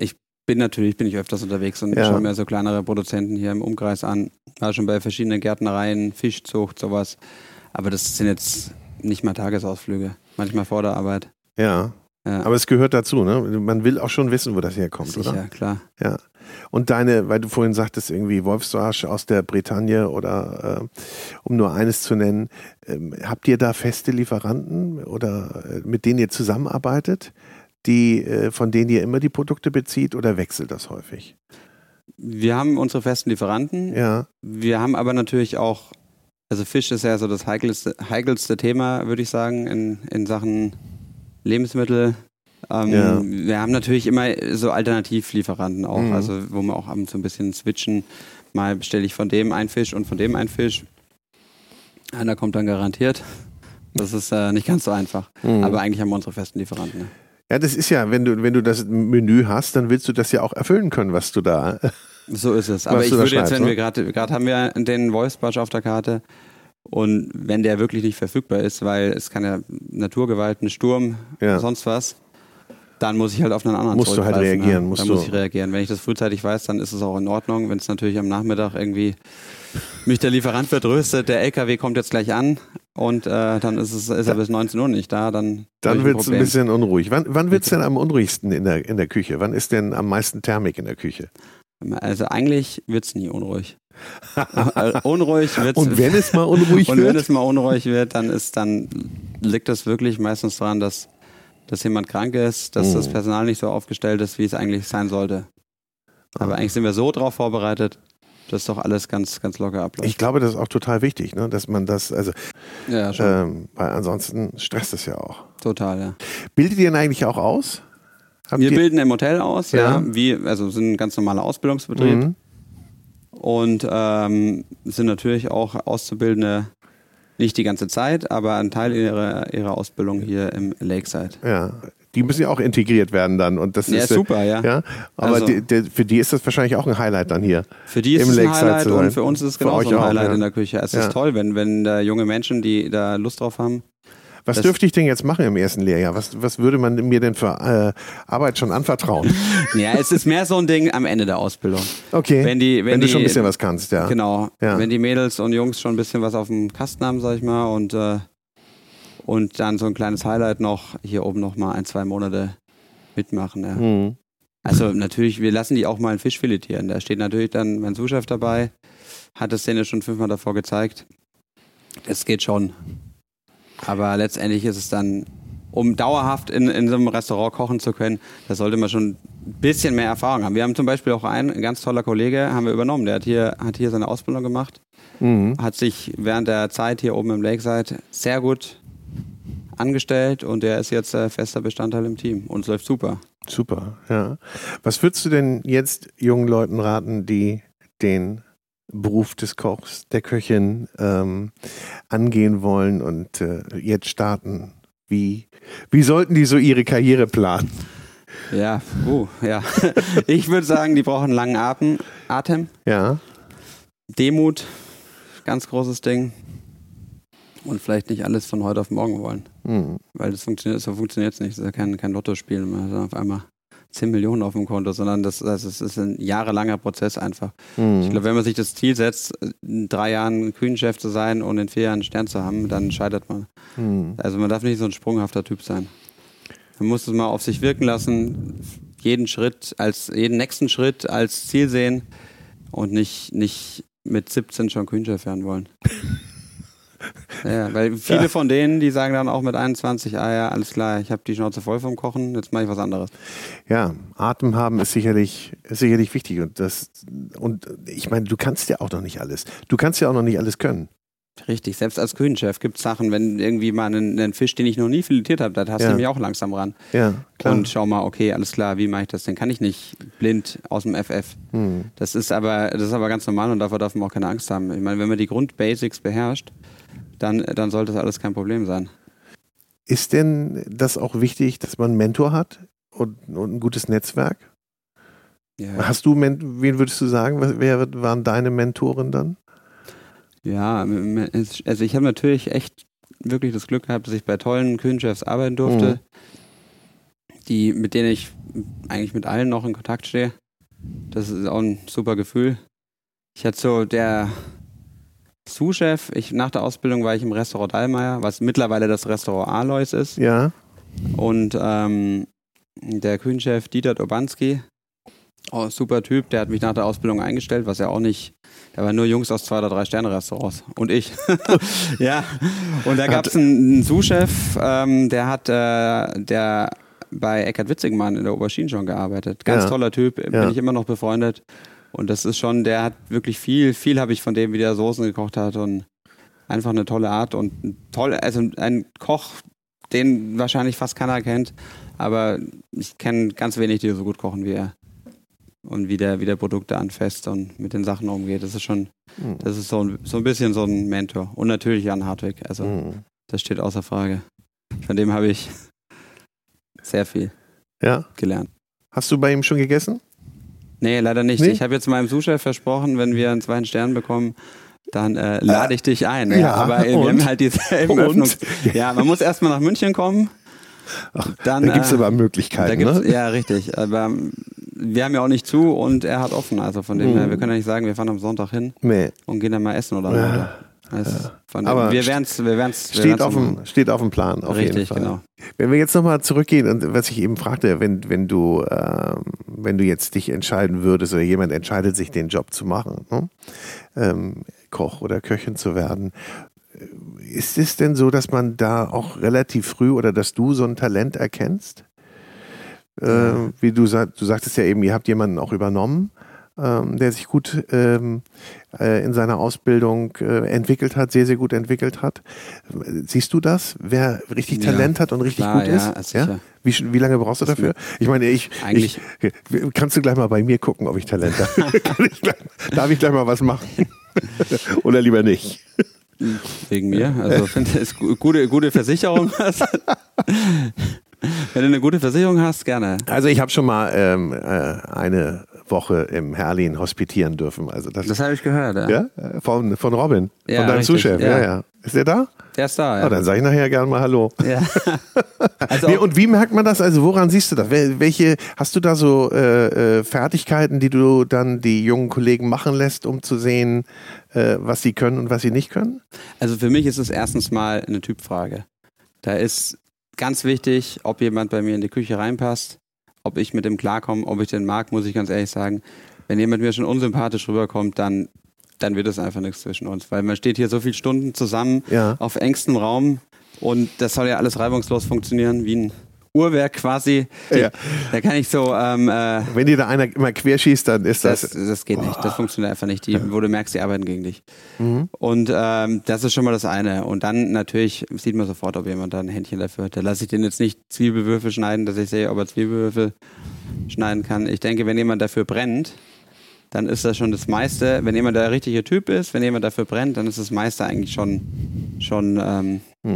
öfters unterwegs und schaue mir so kleinere Produzenten hier im Umkreis an. War schon bei verschiedenen Gärtnereien, Fischzucht, sowas. Aber das sind jetzt nicht mal Tagesausflüge. Manchmal vor der Arbeit. Ja. Aber es gehört dazu, ne? Man will auch schon wissen, wo das herkommt, sicher, oder? Ja, klar. Ja. Und weil du vorhin sagtest, irgendwie Wolfsbarsch aus der Bretagne oder um nur eines zu nennen, habt ihr da feste Lieferanten oder mit denen ihr zusammenarbeitet, von denen ihr immer die Produkte bezieht, oder wechselt das häufig? Wir haben unsere festen Lieferanten. Ja. Wir haben aber natürlich auch, also Fisch ist ja so das heikelste Thema, würde ich sagen, in Sachen Lebensmittel. Wir haben natürlich immer so Alternativlieferanten auch, also wo wir auch ab und zu ein bisschen switchen. Mal bestelle ich von dem einen Fisch und von dem einen Fisch. Einer kommt dann garantiert. Das ist nicht ganz so einfach. Aber eigentlich haben wir unsere festen Lieferanten. Ne? Ja, das ist ja, wenn du das Menü hast, dann willst du das ja auch erfüllen können, was du da. So ist es. Aber ich würde jetzt, wenn wir gerade haben wir den Wolfsbarsch auf der Karte. Und wenn der wirklich nicht verfügbar ist, weil es kann ja Naturgewalten, Sturm, sonst was, dann muss ich halt auf einen anderen musst du halt reagieren. Muss ich reagieren. Wenn ich das frühzeitig weiß, dann ist es auch in Ordnung. Wenn es natürlich am Nachmittag irgendwie mich der Lieferant vertröstet, der LKW kommt jetzt gleich an und dann ist er bis 19 Uhr nicht da, dann wird es ein bisschen unruhig. Wann wird es denn am unruhigsten in der Küche? Wann ist denn am meisten Thermik in der Küche? Also eigentlich wird es nie unruhig. Unruhig wird's. Und wenn es mal unruhig wird? Und wenn es mal unruhig wird, dann liegt das wirklich meistens daran, dass jemand krank ist, dass das Personal nicht so aufgestellt ist, wie es eigentlich sein sollte. Aber eigentlich sind wir so drauf vorbereitet, dass doch alles ganz, ganz locker abläuft. Ich glaube, das ist auch total wichtig, ne? Dass man das, ja, schon. Weil ansonsten stresst es ja auch. Total, ja. Bildet ihr denn eigentlich auch aus? Wir bilden im Hotel aus, sind ein ganz normaler Ausbildungsbetrieb. Und sind natürlich auch Auszubildende, nicht die ganze Zeit, aber ein Teil ihrer Ausbildung hier im Lakeside. Ja, die müssen ja auch integriert werden dann. Und das ist super, ja. Aber also, für die ist das wahrscheinlich auch ein Highlight dann hier. Für die ist es ein Highlight und für uns ist es genauso ein Highlight in der Küche. Es ist toll, wenn da junge Menschen, die da Lust drauf haben. Was dürfte ich denn jetzt machen im ersten Lehrjahr? Was würde man mir denn für Arbeit schon anvertrauen? Ja, es ist mehr so ein Ding am Ende der Ausbildung. Okay, wenn du schon ein bisschen was kannst, ja. Genau, wenn die Mädels und Jungs schon ein bisschen was auf dem Kasten haben, sag ich mal, und dann so ein kleines Highlight noch, hier oben noch mal 1-2 Monate mitmachen. Ja. Also natürlich, wir lassen die auch mal einen Fisch filetieren. Da steht natürlich dann mein Sous-Chef dabei, hat es denen schon 5-mal davor gezeigt. Das geht schon. Aber letztendlich ist es dann, um dauerhaft in so einem Restaurant kochen zu können, da sollte man schon ein bisschen mehr Erfahrung haben. Wir haben zum Beispiel auch ein ganz toller Kollege, haben wir übernommen, der hat hier seine Ausbildung gemacht, hat sich während der Zeit hier oben im Lakeside sehr gut angestellt und der ist jetzt fester Bestandteil im Team und es läuft super. Super, ja. Was würdest du denn jetzt jungen Leuten raten, die den Beruf des Kochs, der Köchin angehen wollen und jetzt starten? Wie sollten die so ihre Karriere planen? Ja, ich würde sagen, die brauchen langen Atem. Ja. Demut, ganz großes Ding. Und vielleicht nicht alles von heute auf morgen wollen. Weil so funktioniert es nicht. Das ist ja kein Lottospiel. Man hat auf einmal 10 Millionen auf dem Konto, sondern das ist ein jahrelanger Prozess einfach. Ich glaube, wenn man sich das Ziel setzt, in 3 Jahren Küchenchef zu sein und in 4 Jahren einen Stern zu haben, dann scheitert man. Also man darf nicht so ein sprunghafter Typ sein. Man muss es mal auf sich wirken lassen, jeden nächsten Schritt als Ziel sehen und nicht mit 17 schon Küchenchef werden wollen. Ja, weil viele von denen, die sagen dann auch mit 21, ja, alles klar, ich habe die Schnauze voll vom Kochen, jetzt mache ich was anderes. Ja, Atem haben ist sicherlich wichtig. Und ich meine, du kannst ja auch noch nicht alles. Du kannst ja auch noch nicht alles können. Richtig, selbst als Küchenchef gibt es Sachen, wenn irgendwie mal einen Fisch, den ich noch nie filetiert habe, da hast du mich auch langsam ran. Ja, klar. Und schau mal, okay, alles klar, wie mache ich das? Den kann ich nicht blind aus dem FF. Das ist aber ganz normal und davor darf man auch keine Angst haben. Ich meine, wenn man die Grundbasics beherrscht, dann sollte das alles kein Problem sein. Ist denn das auch wichtig, dass man einen Mentor hat und ein gutes Netzwerk? Ja. Hast du, wen würdest du sagen, wer waren deine Mentoren dann? Ja, also ich habe natürlich echt wirklich das Glück gehabt, dass ich bei tollen Küchenchefs arbeiten durfte, mit denen ich eigentlich mit allen noch in Kontakt stehe. Das ist auch ein super Gefühl. Ich hatte so der Sous-Chef, nach der Ausbildung war ich im Restaurant Dallmayr, was mittlerweile das Restaurant Alois ist. Ja. Und der Küchenchef Dieter Urbanski, super Typ, der hat mich nach der Ausbildung eingestellt, was ja auch nicht, da waren nur Jungs aus 2 oder 3 Sterne-Restaurants und ich. Ja, und da gab es einen Sous-Chef, der bei Eckhard Witzigmann in der Aubergine schon gearbeitet. Ganz toller Typ, bin ich immer noch befreundet. Und das ist schon, der hat wirklich viel habe ich von dem, wie der Soßen gekocht hat und einfach eine tolle Art und ein Koch, den wahrscheinlich fast keiner kennt, aber ich kenne ganz wenig, die so gut kochen wie er. Und wie der Produkte anfasst und mit den Sachen umgeht. Das ist schon, das ist so ein bisschen so ein Mentor. Und natürlich Jan Hartwig. Also das steht außer Frage. Von dem habe ich sehr viel gelernt. Hast du bei ihm schon gegessen? Nee, leider nicht. Nee? Ich habe jetzt meinem Sous-Chef versprochen, wenn wir einen 2. Stern bekommen, dann lade ich dich ein. Ja, aber wir haben halt diese Ja, man muss erstmal nach München kommen. Dann gibt es aber Möglichkeiten, ne? Ja, richtig. Aber wir haben ja auch nicht zu und er hat offen. Also von dem her, wir können ja nicht sagen, wir fahren am Sonntag hin und gehen dann mal essen oder Aber wir werden's steht auf dem Plan, auf jeden Fall. Genau. Wenn wir jetzt nochmal zurückgehen und was ich eben fragte, wenn du jetzt dich entscheiden würdest oder jemand entscheidet sich, den Job zu machen, Koch oder Köchin zu werden, ist es denn so, dass man da auch relativ früh oder dass du so ein Talent erkennst? Wie du sagtest ja eben, ihr habt jemanden auch übernommen, der sich gut in seiner Ausbildung entwickelt hat, sehr, sehr gut entwickelt hat. Siehst du das? Wer richtig Talent hat und richtig gut ist? Ja? Wie lange brauchst du dafür? Ich meine, kannst du gleich mal bei mir gucken, ob ich Talent habe? Darf ich gleich mal was machen? Oder lieber nicht? Wegen mir? Also finde es gute Versicherung hast. Wenn du eine gute Versicherung hast, gerne. Also ich habe schon mal eine Woche im Herlin hospitieren dürfen. Also das habe ich gehört, ja. Von Robin, von deinem Sous-Chef. Ja. Ist der da? Der ist da, ja. Oh, dann sage ich nachher gerne mal Hallo. Ja. Also und wie merkt man das? Also woran siehst du das? Welche hast du da so Fertigkeiten, die du dann die jungen Kollegen machen lässt, um zu sehen, was sie können und was sie nicht können? Also für mich ist es erstens mal eine Typfrage. Da ist ganz wichtig, ob jemand bei mir in die Küche reinpasst, ob ich mit dem klarkomme, ob ich den mag, muss ich ganz ehrlich sagen. Wenn jemand mir schon unsympathisch rüberkommt, dann wird es einfach nichts zwischen uns. Weil man steht hier so viele Stunden zusammen auf engstem Raum und das soll ja alles reibungslos funktionieren, wie ein Uhrwerk quasi. Da kann ich so... wenn dir da einer immer querschießt, dann ist das... Das geht nicht, das funktioniert einfach nicht. Wo du merkst, die arbeiten gegen dich. Und das ist schon mal das eine. Und dann natürlich sieht man sofort, ob jemand da ein Händchen dafür hat. Da lasse ich den jetzt nicht Zwiebelwürfel schneiden, dass ich sehe, ob er Zwiebelwürfel schneiden kann. Ich denke, wenn jemand dafür brennt, dann ist das schon das meiste. Wenn jemand der richtige Typ ist, wenn jemand dafür brennt, dann ist das meiste eigentlich schon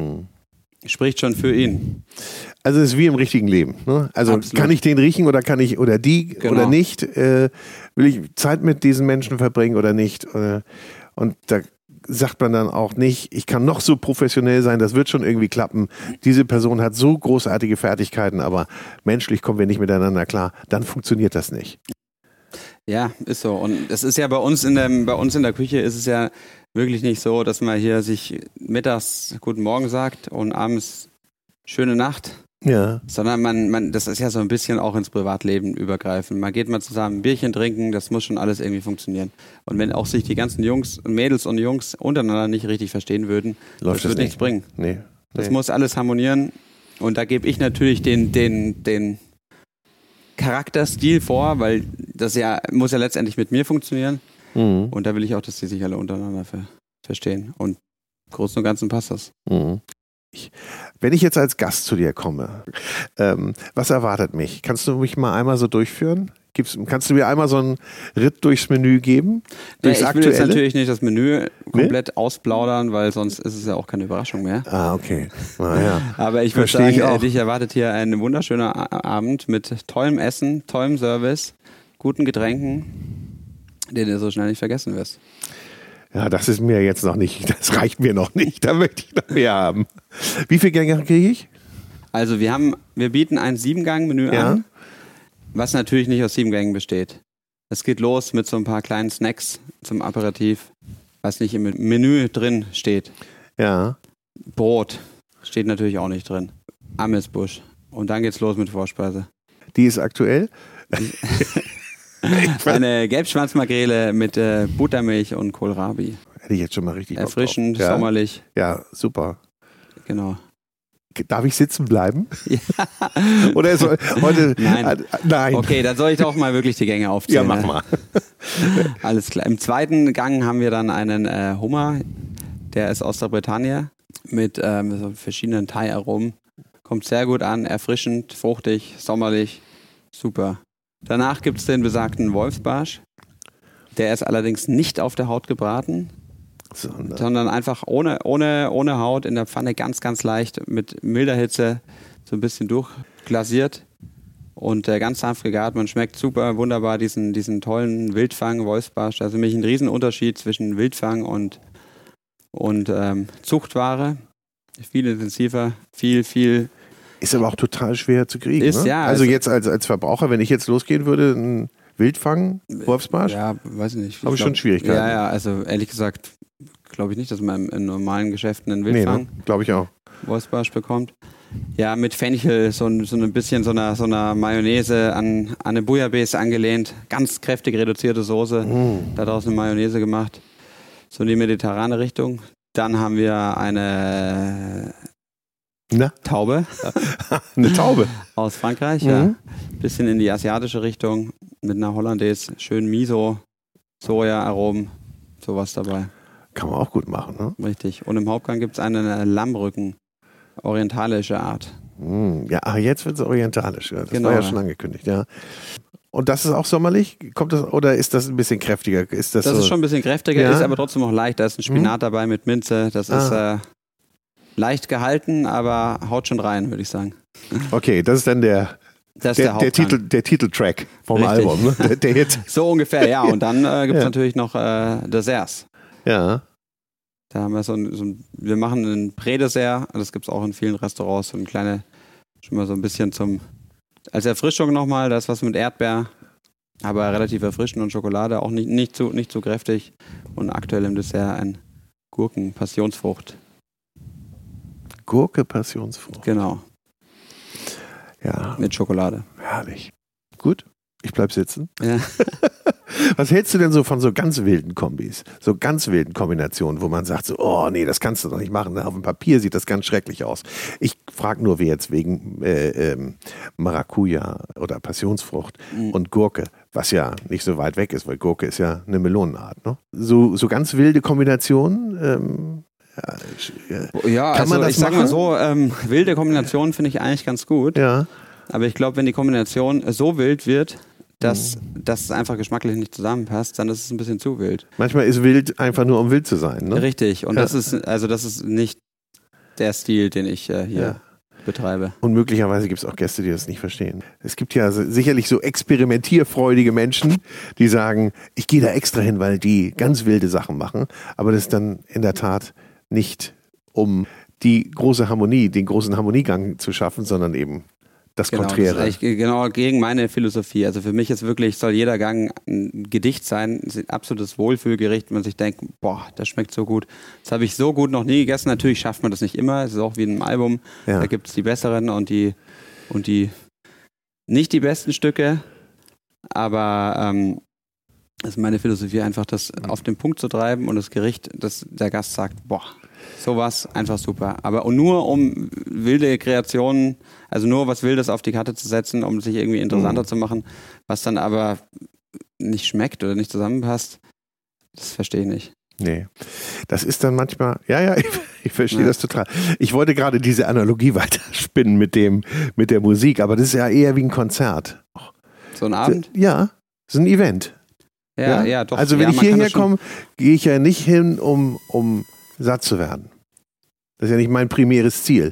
spricht schon für ihn. Also es ist wie im richtigen Leben. Ne? Also absolut. Kann ich den riechen oder kann ich oder die oder nicht? Will ich Zeit mit diesen Menschen verbringen oder nicht? Und da sagt man dann auch nicht, ich kann noch so professionell sein, das wird schon irgendwie klappen. Diese Person hat so großartige Fertigkeiten, aber menschlich kommen wir nicht miteinander klar. Dann funktioniert das nicht. Ja, ist so. Und es ist ja bei uns in der Küche ist es ja wirklich nicht so, dass man hier sich mittags Guten Morgen sagt und abends schöne Nacht. Ja. Sondern man, das ist ja so ein bisschen auch ins Privatleben übergreifend. Man geht mal zusammen ein Bierchen trinken, das muss schon alles irgendwie funktionieren. Und wenn auch sich die ganzen Mädels und Jungs untereinander nicht richtig verstehen würden, das wird nichts bringen. Nee. Das muss alles harmonieren. Und da gebe ich natürlich den Charakterstil vor, weil das muss ja letztendlich mit mir funktionieren. Mhm. Und da will ich auch, dass die sich alle untereinander verstehen. Und im Großen und Ganzen passt das. Mhm. Wenn ich jetzt als Gast zu dir komme, was erwartet mich? Kannst du mich mal einmal so durchführen? Kannst du mir einmal so einen Ritt durchs Menü geben? Ich will jetzt natürlich nicht das Menü komplett ausplaudern, weil sonst ist es ja auch keine Überraschung mehr. Ah, okay. Ja. Aber ich würde sagen, dich erwartet hier ein wunderschöner Abend mit tollem Essen, tollem Service, guten Getränken, den du so schnell nicht vergessen wirst. Ja, das ist mir jetzt noch nicht, das reicht mir noch nicht, da möchte ich noch mehr haben. Wie viele Gänge kriege ich? Also wir bieten ein 7-Gang-Menü an, was natürlich nicht aus 7 Gängen besteht. Es geht los mit so ein paar kleinen Snacks zum Aperitif, was nicht im Menü drin steht. Ja. Brot steht natürlich auch nicht drin. Amüsbusch. Und dann geht's los mit Vorspeise. Die ist aktuell? Eine Gelbschwanzmakrele mit Buttermilch und Kohlrabi. Hätte ich jetzt schon mal richtig erfrischend, sommerlich. Ja, super. Genau. Darf ich sitzen bleiben? Ja. Oder soll heute? Nein. Okay, dann soll ich doch mal wirklich die Gänge aufzählen. Ja, mach mal. Alles klar. Im zweiten Gang haben wir dann einen Hummer, der ist aus der Bretagne mit so verschiedenen Thai-Aromen. Kommt sehr gut an, erfrischend, fruchtig, sommerlich, super. Danach gibt es den besagten Wolfsbarsch. Der ist allerdings nicht auf der Haut gebraten, sondern einfach ohne Haut in der Pfanne ganz, ganz leicht mit milder Hitze so ein bisschen durchglasiert und ganz sanft gegart. Man schmeckt super, wunderbar diesen tollen Wildfang, Wolfsbarsch. Also nämlich ein Riesenunterschied zwischen Wildfang und Zuchtware. Viel intensiver, viel. Ist aber auch total schwer zu kriegen. Ist, ne? ja. Also jetzt als Verbraucher, wenn ich jetzt losgehen würde, ein Wildfang, Wolfsbarsch? Ja, weiß ich nicht. Habe ich schon Schwierigkeiten. Ja, also ehrlich gesagt glaube ich nicht, dass man in normalen Geschäften einen Wildfang glaube ich auch. Wolfsbarsch bekommt. Ja, mit Fenchel, so ein bisschen so einer Mayonnaise an eine Bouillabaisse angelehnt. Ganz kräftig reduzierte Soße. Daraus eine Mayonnaise gemacht. So in die mediterrane Richtung. Dann haben wir eine Taube. Eine Taube? Aus Frankreich, ja. Bisschen in die asiatische Richtung. Mit einer Hollandaise. Schön Miso, Soja-Aromen, sowas dabei. Kann man auch gut machen, ne? Richtig. Und im Hauptgang gibt es einen Lammrücken. Orientalische Art. Ja, jetzt wird es orientalisch. Das genau, war ja schon angekündigt, ja. Und das ist auch sommerlich? Kommt das, oder ist das ein bisschen kräftiger? Das so? Ist schon ein bisschen kräftiger, ist aber trotzdem noch leicht. Da ist ein Spinat dabei mit Minze. Das ist leicht gehalten, aber haut schon rein, würde ich sagen. Okay, das ist dann der Titeltrack vom Album. Ne? Der Hit. So ungefähr, ja. Und dann gibt es natürlich noch Desserts. Ja. Da haben wir wir machen ein Prä-Dessert, das gibt es auch in vielen Restaurants, so ein kleine, schon mal so ein bisschen als Erfrischung nochmal, da ist was mit Erdbeer, aber relativ erfrischend und Schokolade, auch nicht zu kräftig. Und aktuell im Dessert ein Gurken-Passionsfrucht. Gurke-Passionsfrucht. Genau. Ja. Mit Schokolade. Herrlich. Gut, ich bleib sitzen. Ja. Was hältst du denn so von so ganz wilden Kombis? So ganz wilden Kombinationen, wo man sagt so, oh nee, das kannst du doch nicht machen. Auf dem Papier sieht das ganz schrecklich aus. Ich frage nur, wie jetzt wegen Maracuja oder Passionsfrucht und Gurke, was ja nicht so weit weg ist, weil Gurke ist ja eine Melonenart. Ne? So ganz wilde Kombinationen, kann man das ich sag mal so, wilde Kombinationen finde ich eigentlich ganz gut. Ja. Aber ich glaube, wenn die Kombination so wild wird, dass es einfach geschmacklich nicht zusammenpasst, dann ist es ein bisschen zu wild. Manchmal ist wild einfach nur, um wild zu sein. Ne? Richtig. Und das ist nicht der Stil, den ich hier betreibe. Und möglicherweise gibt es auch Gäste, die das nicht verstehen. Es gibt ja sicherlich so experimentierfreudige Menschen, die sagen, ich gehe da extra hin, weil die ganz wilde Sachen machen. Aber das ist dann in der Tat nicht, um die große Harmonie, den großen Harmoniegang zu schaffen, sondern eben das Genau, Konträre. das ist eigentlich genau gegen meine Philosophie. Also für mich ist wirklich, soll jeder Gang ein Gedicht sein, ein absolutes Wohlfühlgericht, man sich denkt, boah, das schmeckt so gut. Das habe ich so gut noch nie gegessen. Natürlich schafft man das nicht immer. Es ist auch wie in einem Album. Ja. Da gibt es die besseren und die nicht die besten Stücke. Aber das ist meine Philosophie, einfach das auf den Punkt zu treiben und das Gericht, dass der Gast sagt, boah, sowas einfach super. Aber nur um wilde Kreationen, also nur was Wildes auf die Karte zu setzen, um sich irgendwie interessanter zu machen, was dann aber nicht schmeckt oder nicht zusammenpasst, das verstehe ich nicht. Nee, das ist dann manchmal, ich verstehe das total. Ich wollte gerade diese Analogie weiterspinnen mit der Musik, aber das ist ja eher wie ein Konzert. So ein Abend? Ja, so ein Event. Ja, doch. Also wenn ich hierher komme, gehe ich ja nicht hin, um satt zu werden. Das ist ja nicht mein primäres Ziel.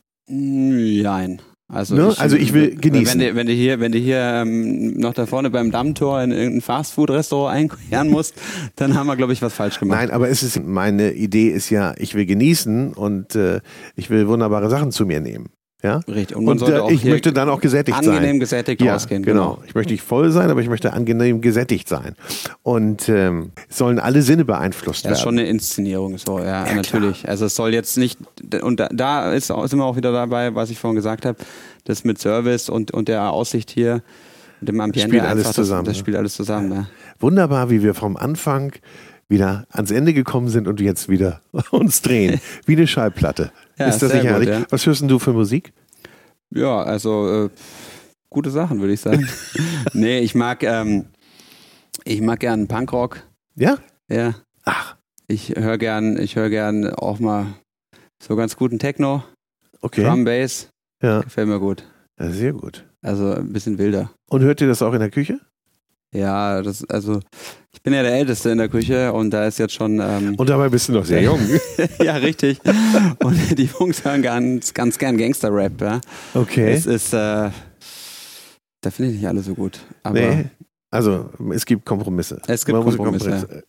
Nein. Also, ne? Ich will genießen. Wenn du hier noch da vorne beim Dammtor in irgendein Fastfood-Restaurant einkehren musst, dann haben wir, glaube ich, was falsch gemacht. Nein, aber meine Idee ist ja, ich will genießen und ich will wunderbare Sachen zu mir nehmen. Ja? Richtig. Und man sollte auch ich möchte dann auch gesättigt sein. Angenehm gesättigt rausgehen. Genau. Ich möchte nicht voll sein, aber ich möchte angenehm gesättigt sein. Und es sollen alle Sinne beeinflusst werden. Das ist schon eine Inszenierung, so, ja natürlich. Klar. Also es soll jetzt nicht, und da sind wir auch wieder dabei, was ich vorhin gesagt habe, das mit Service und der Aussicht hier, mit dem Ambiente, spielt alles zusammen. Das spielt alles zusammen. Ja. Wunderbar, wie wir vom Anfang wieder ans Ende gekommen sind und jetzt wieder uns drehen. Wie eine Schallplatte. Ja, ist das nicht herrlich? Ja. Was hörst denn du für Musik? Ja, also gute Sachen, würde ich sagen. Nee, ich mag gern Punkrock. Ja? Ja. Ach. Ich höre gern auch mal so ganz guten Techno. Okay. Drum, Bass. Ja. Gefällt mir gut. Ja, sehr gut. Also ein bisschen wilder. Und hört ihr das auch in der Küche? Ja, ich bin ja der Älteste in der Küche und da ist jetzt schon... und dabei bist du noch sehr jung. Ja, richtig. Und die Jungs hören ganz gern Gangster-Rap, ja. Okay. Es ist, da finde ich nicht alle so gut. Aber nee, also es gibt Kompromisse. Es gibt Kompromisse.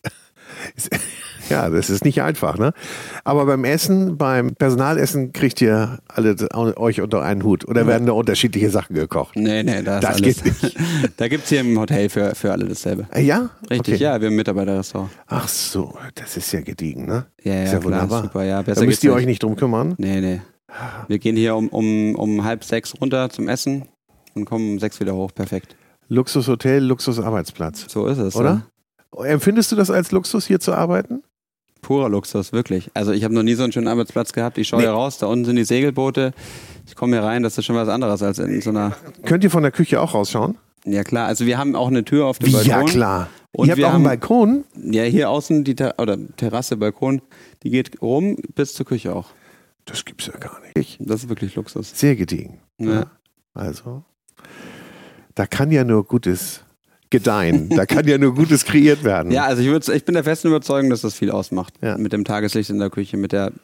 Ja, das ist nicht einfach, ne? Aber beim Personalessen kriegt ihr alle euch unter einen Hut. Oder werden da unterschiedliche Sachen gekocht? Nee, das geht nicht. Da gibt es hier im Hotel für alle dasselbe. Ja? Richtig, okay. Ja, wir haben ein Mitarbeiterrestaurant. Ach so, das ist ja gediegen, ne? Ja, ist ja klar, wunderbar. Super, ja. Da müsst ihr euch nicht drum kümmern? Nee. Wir gehen hier um 5:30 runter zum Essen und kommen um 6 wieder hoch. Perfekt. Luxushotel, Luxusarbeitsplatz. So ist es. Oder? Ja? Empfindest du das als Luxus, hier zu arbeiten? Purer Luxus, wirklich. Also ich habe noch nie so einen schönen Arbeitsplatz gehabt. Ich schaue hier raus, da unten sind die Segelboote. Ich komme hier rein, das ist schon was anderes als in so einer... Könnt ihr von der Küche auch rausschauen? Ja klar, also wir haben auch eine Tür auf dem Balkon. Ja klar. Und ihr habt auch einen Balkon? Ja, hier außen Terrasse, Balkon, die geht rum bis zur Küche auch. Das gibt's ja gar nicht. Das ist wirklich Luxus. Sehr gediegen. Ja. Also, da kann ja nur Gutes gedeihen. Da kann ja nur Gutes kreiert werden. Ja, also ich bin der festen Überzeugung, dass das viel ausmacht. Ja. Mit dem Tageslicht in der Küche,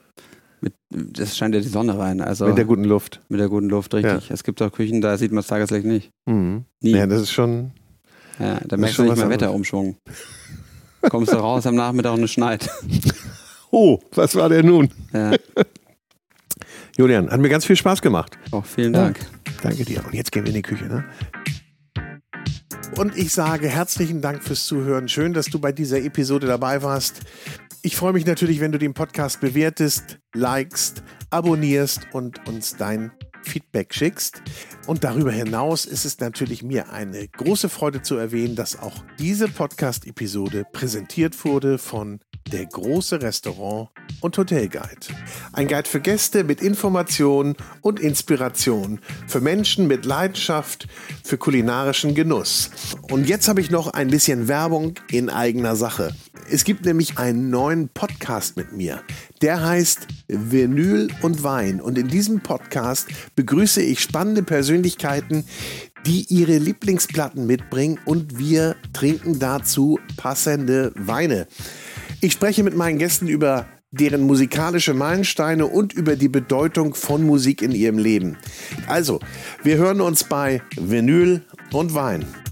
das scheint ja die Sonne rein. Also mit der guten Luft. Mit der guten Luft, richtig. Ja. Es gibt auch Küchen, da sieht man das Tageslicht nicht. Mhm. Nie. Ja, das ist schon... Ja, da merkst du nicht mehr Wetterumschwung. Kommst du raus am Nachmittag und es schneit. Oh, was war der nun? Ja. Julian, hat mir ganz viel Spaß gemacht. Auch vielen Dank. Ja, danke dir. Und jetzt gehen wir in die Küche, ne? Und ich sage herzlichen Dank fürs Zuhören. Schön, dass du bei dieser Episode dabei warst. Ich freue mich natürlich, wenn du den Podcast bewertest, likest, abonnierst und uns dein Feedback schickst. Und darüber hinaus ist es natürlich mir eine große Freude zu erwähnen, dass auch diese Podcast-Episode präsentiert wurde von Der große Restaurant- und Hotelguide. Ein Guide für Gäste mit Informationen und Inspiration, für Menschen mit Leidenschaft für kulinarischen Genuss. Und jetzt habe ich noch ein bisschen Werbung in eigener Sache. Es gibt nämlich einen neuen Podcast mit mir. Der heißt Vinyl und Wein. Und in diesem Podcast begrüße ich spannende Persönlichkeiten, die ihre Lieblingsplatten mitbringen und wir trinken dazu passende Weine. Ich spreche mit meinen Gästen über deren musikalische Meilensteine und über die Bedeutung von Musik in ihrem Leben. Also, wir hören uns bei Vinyl und Wein.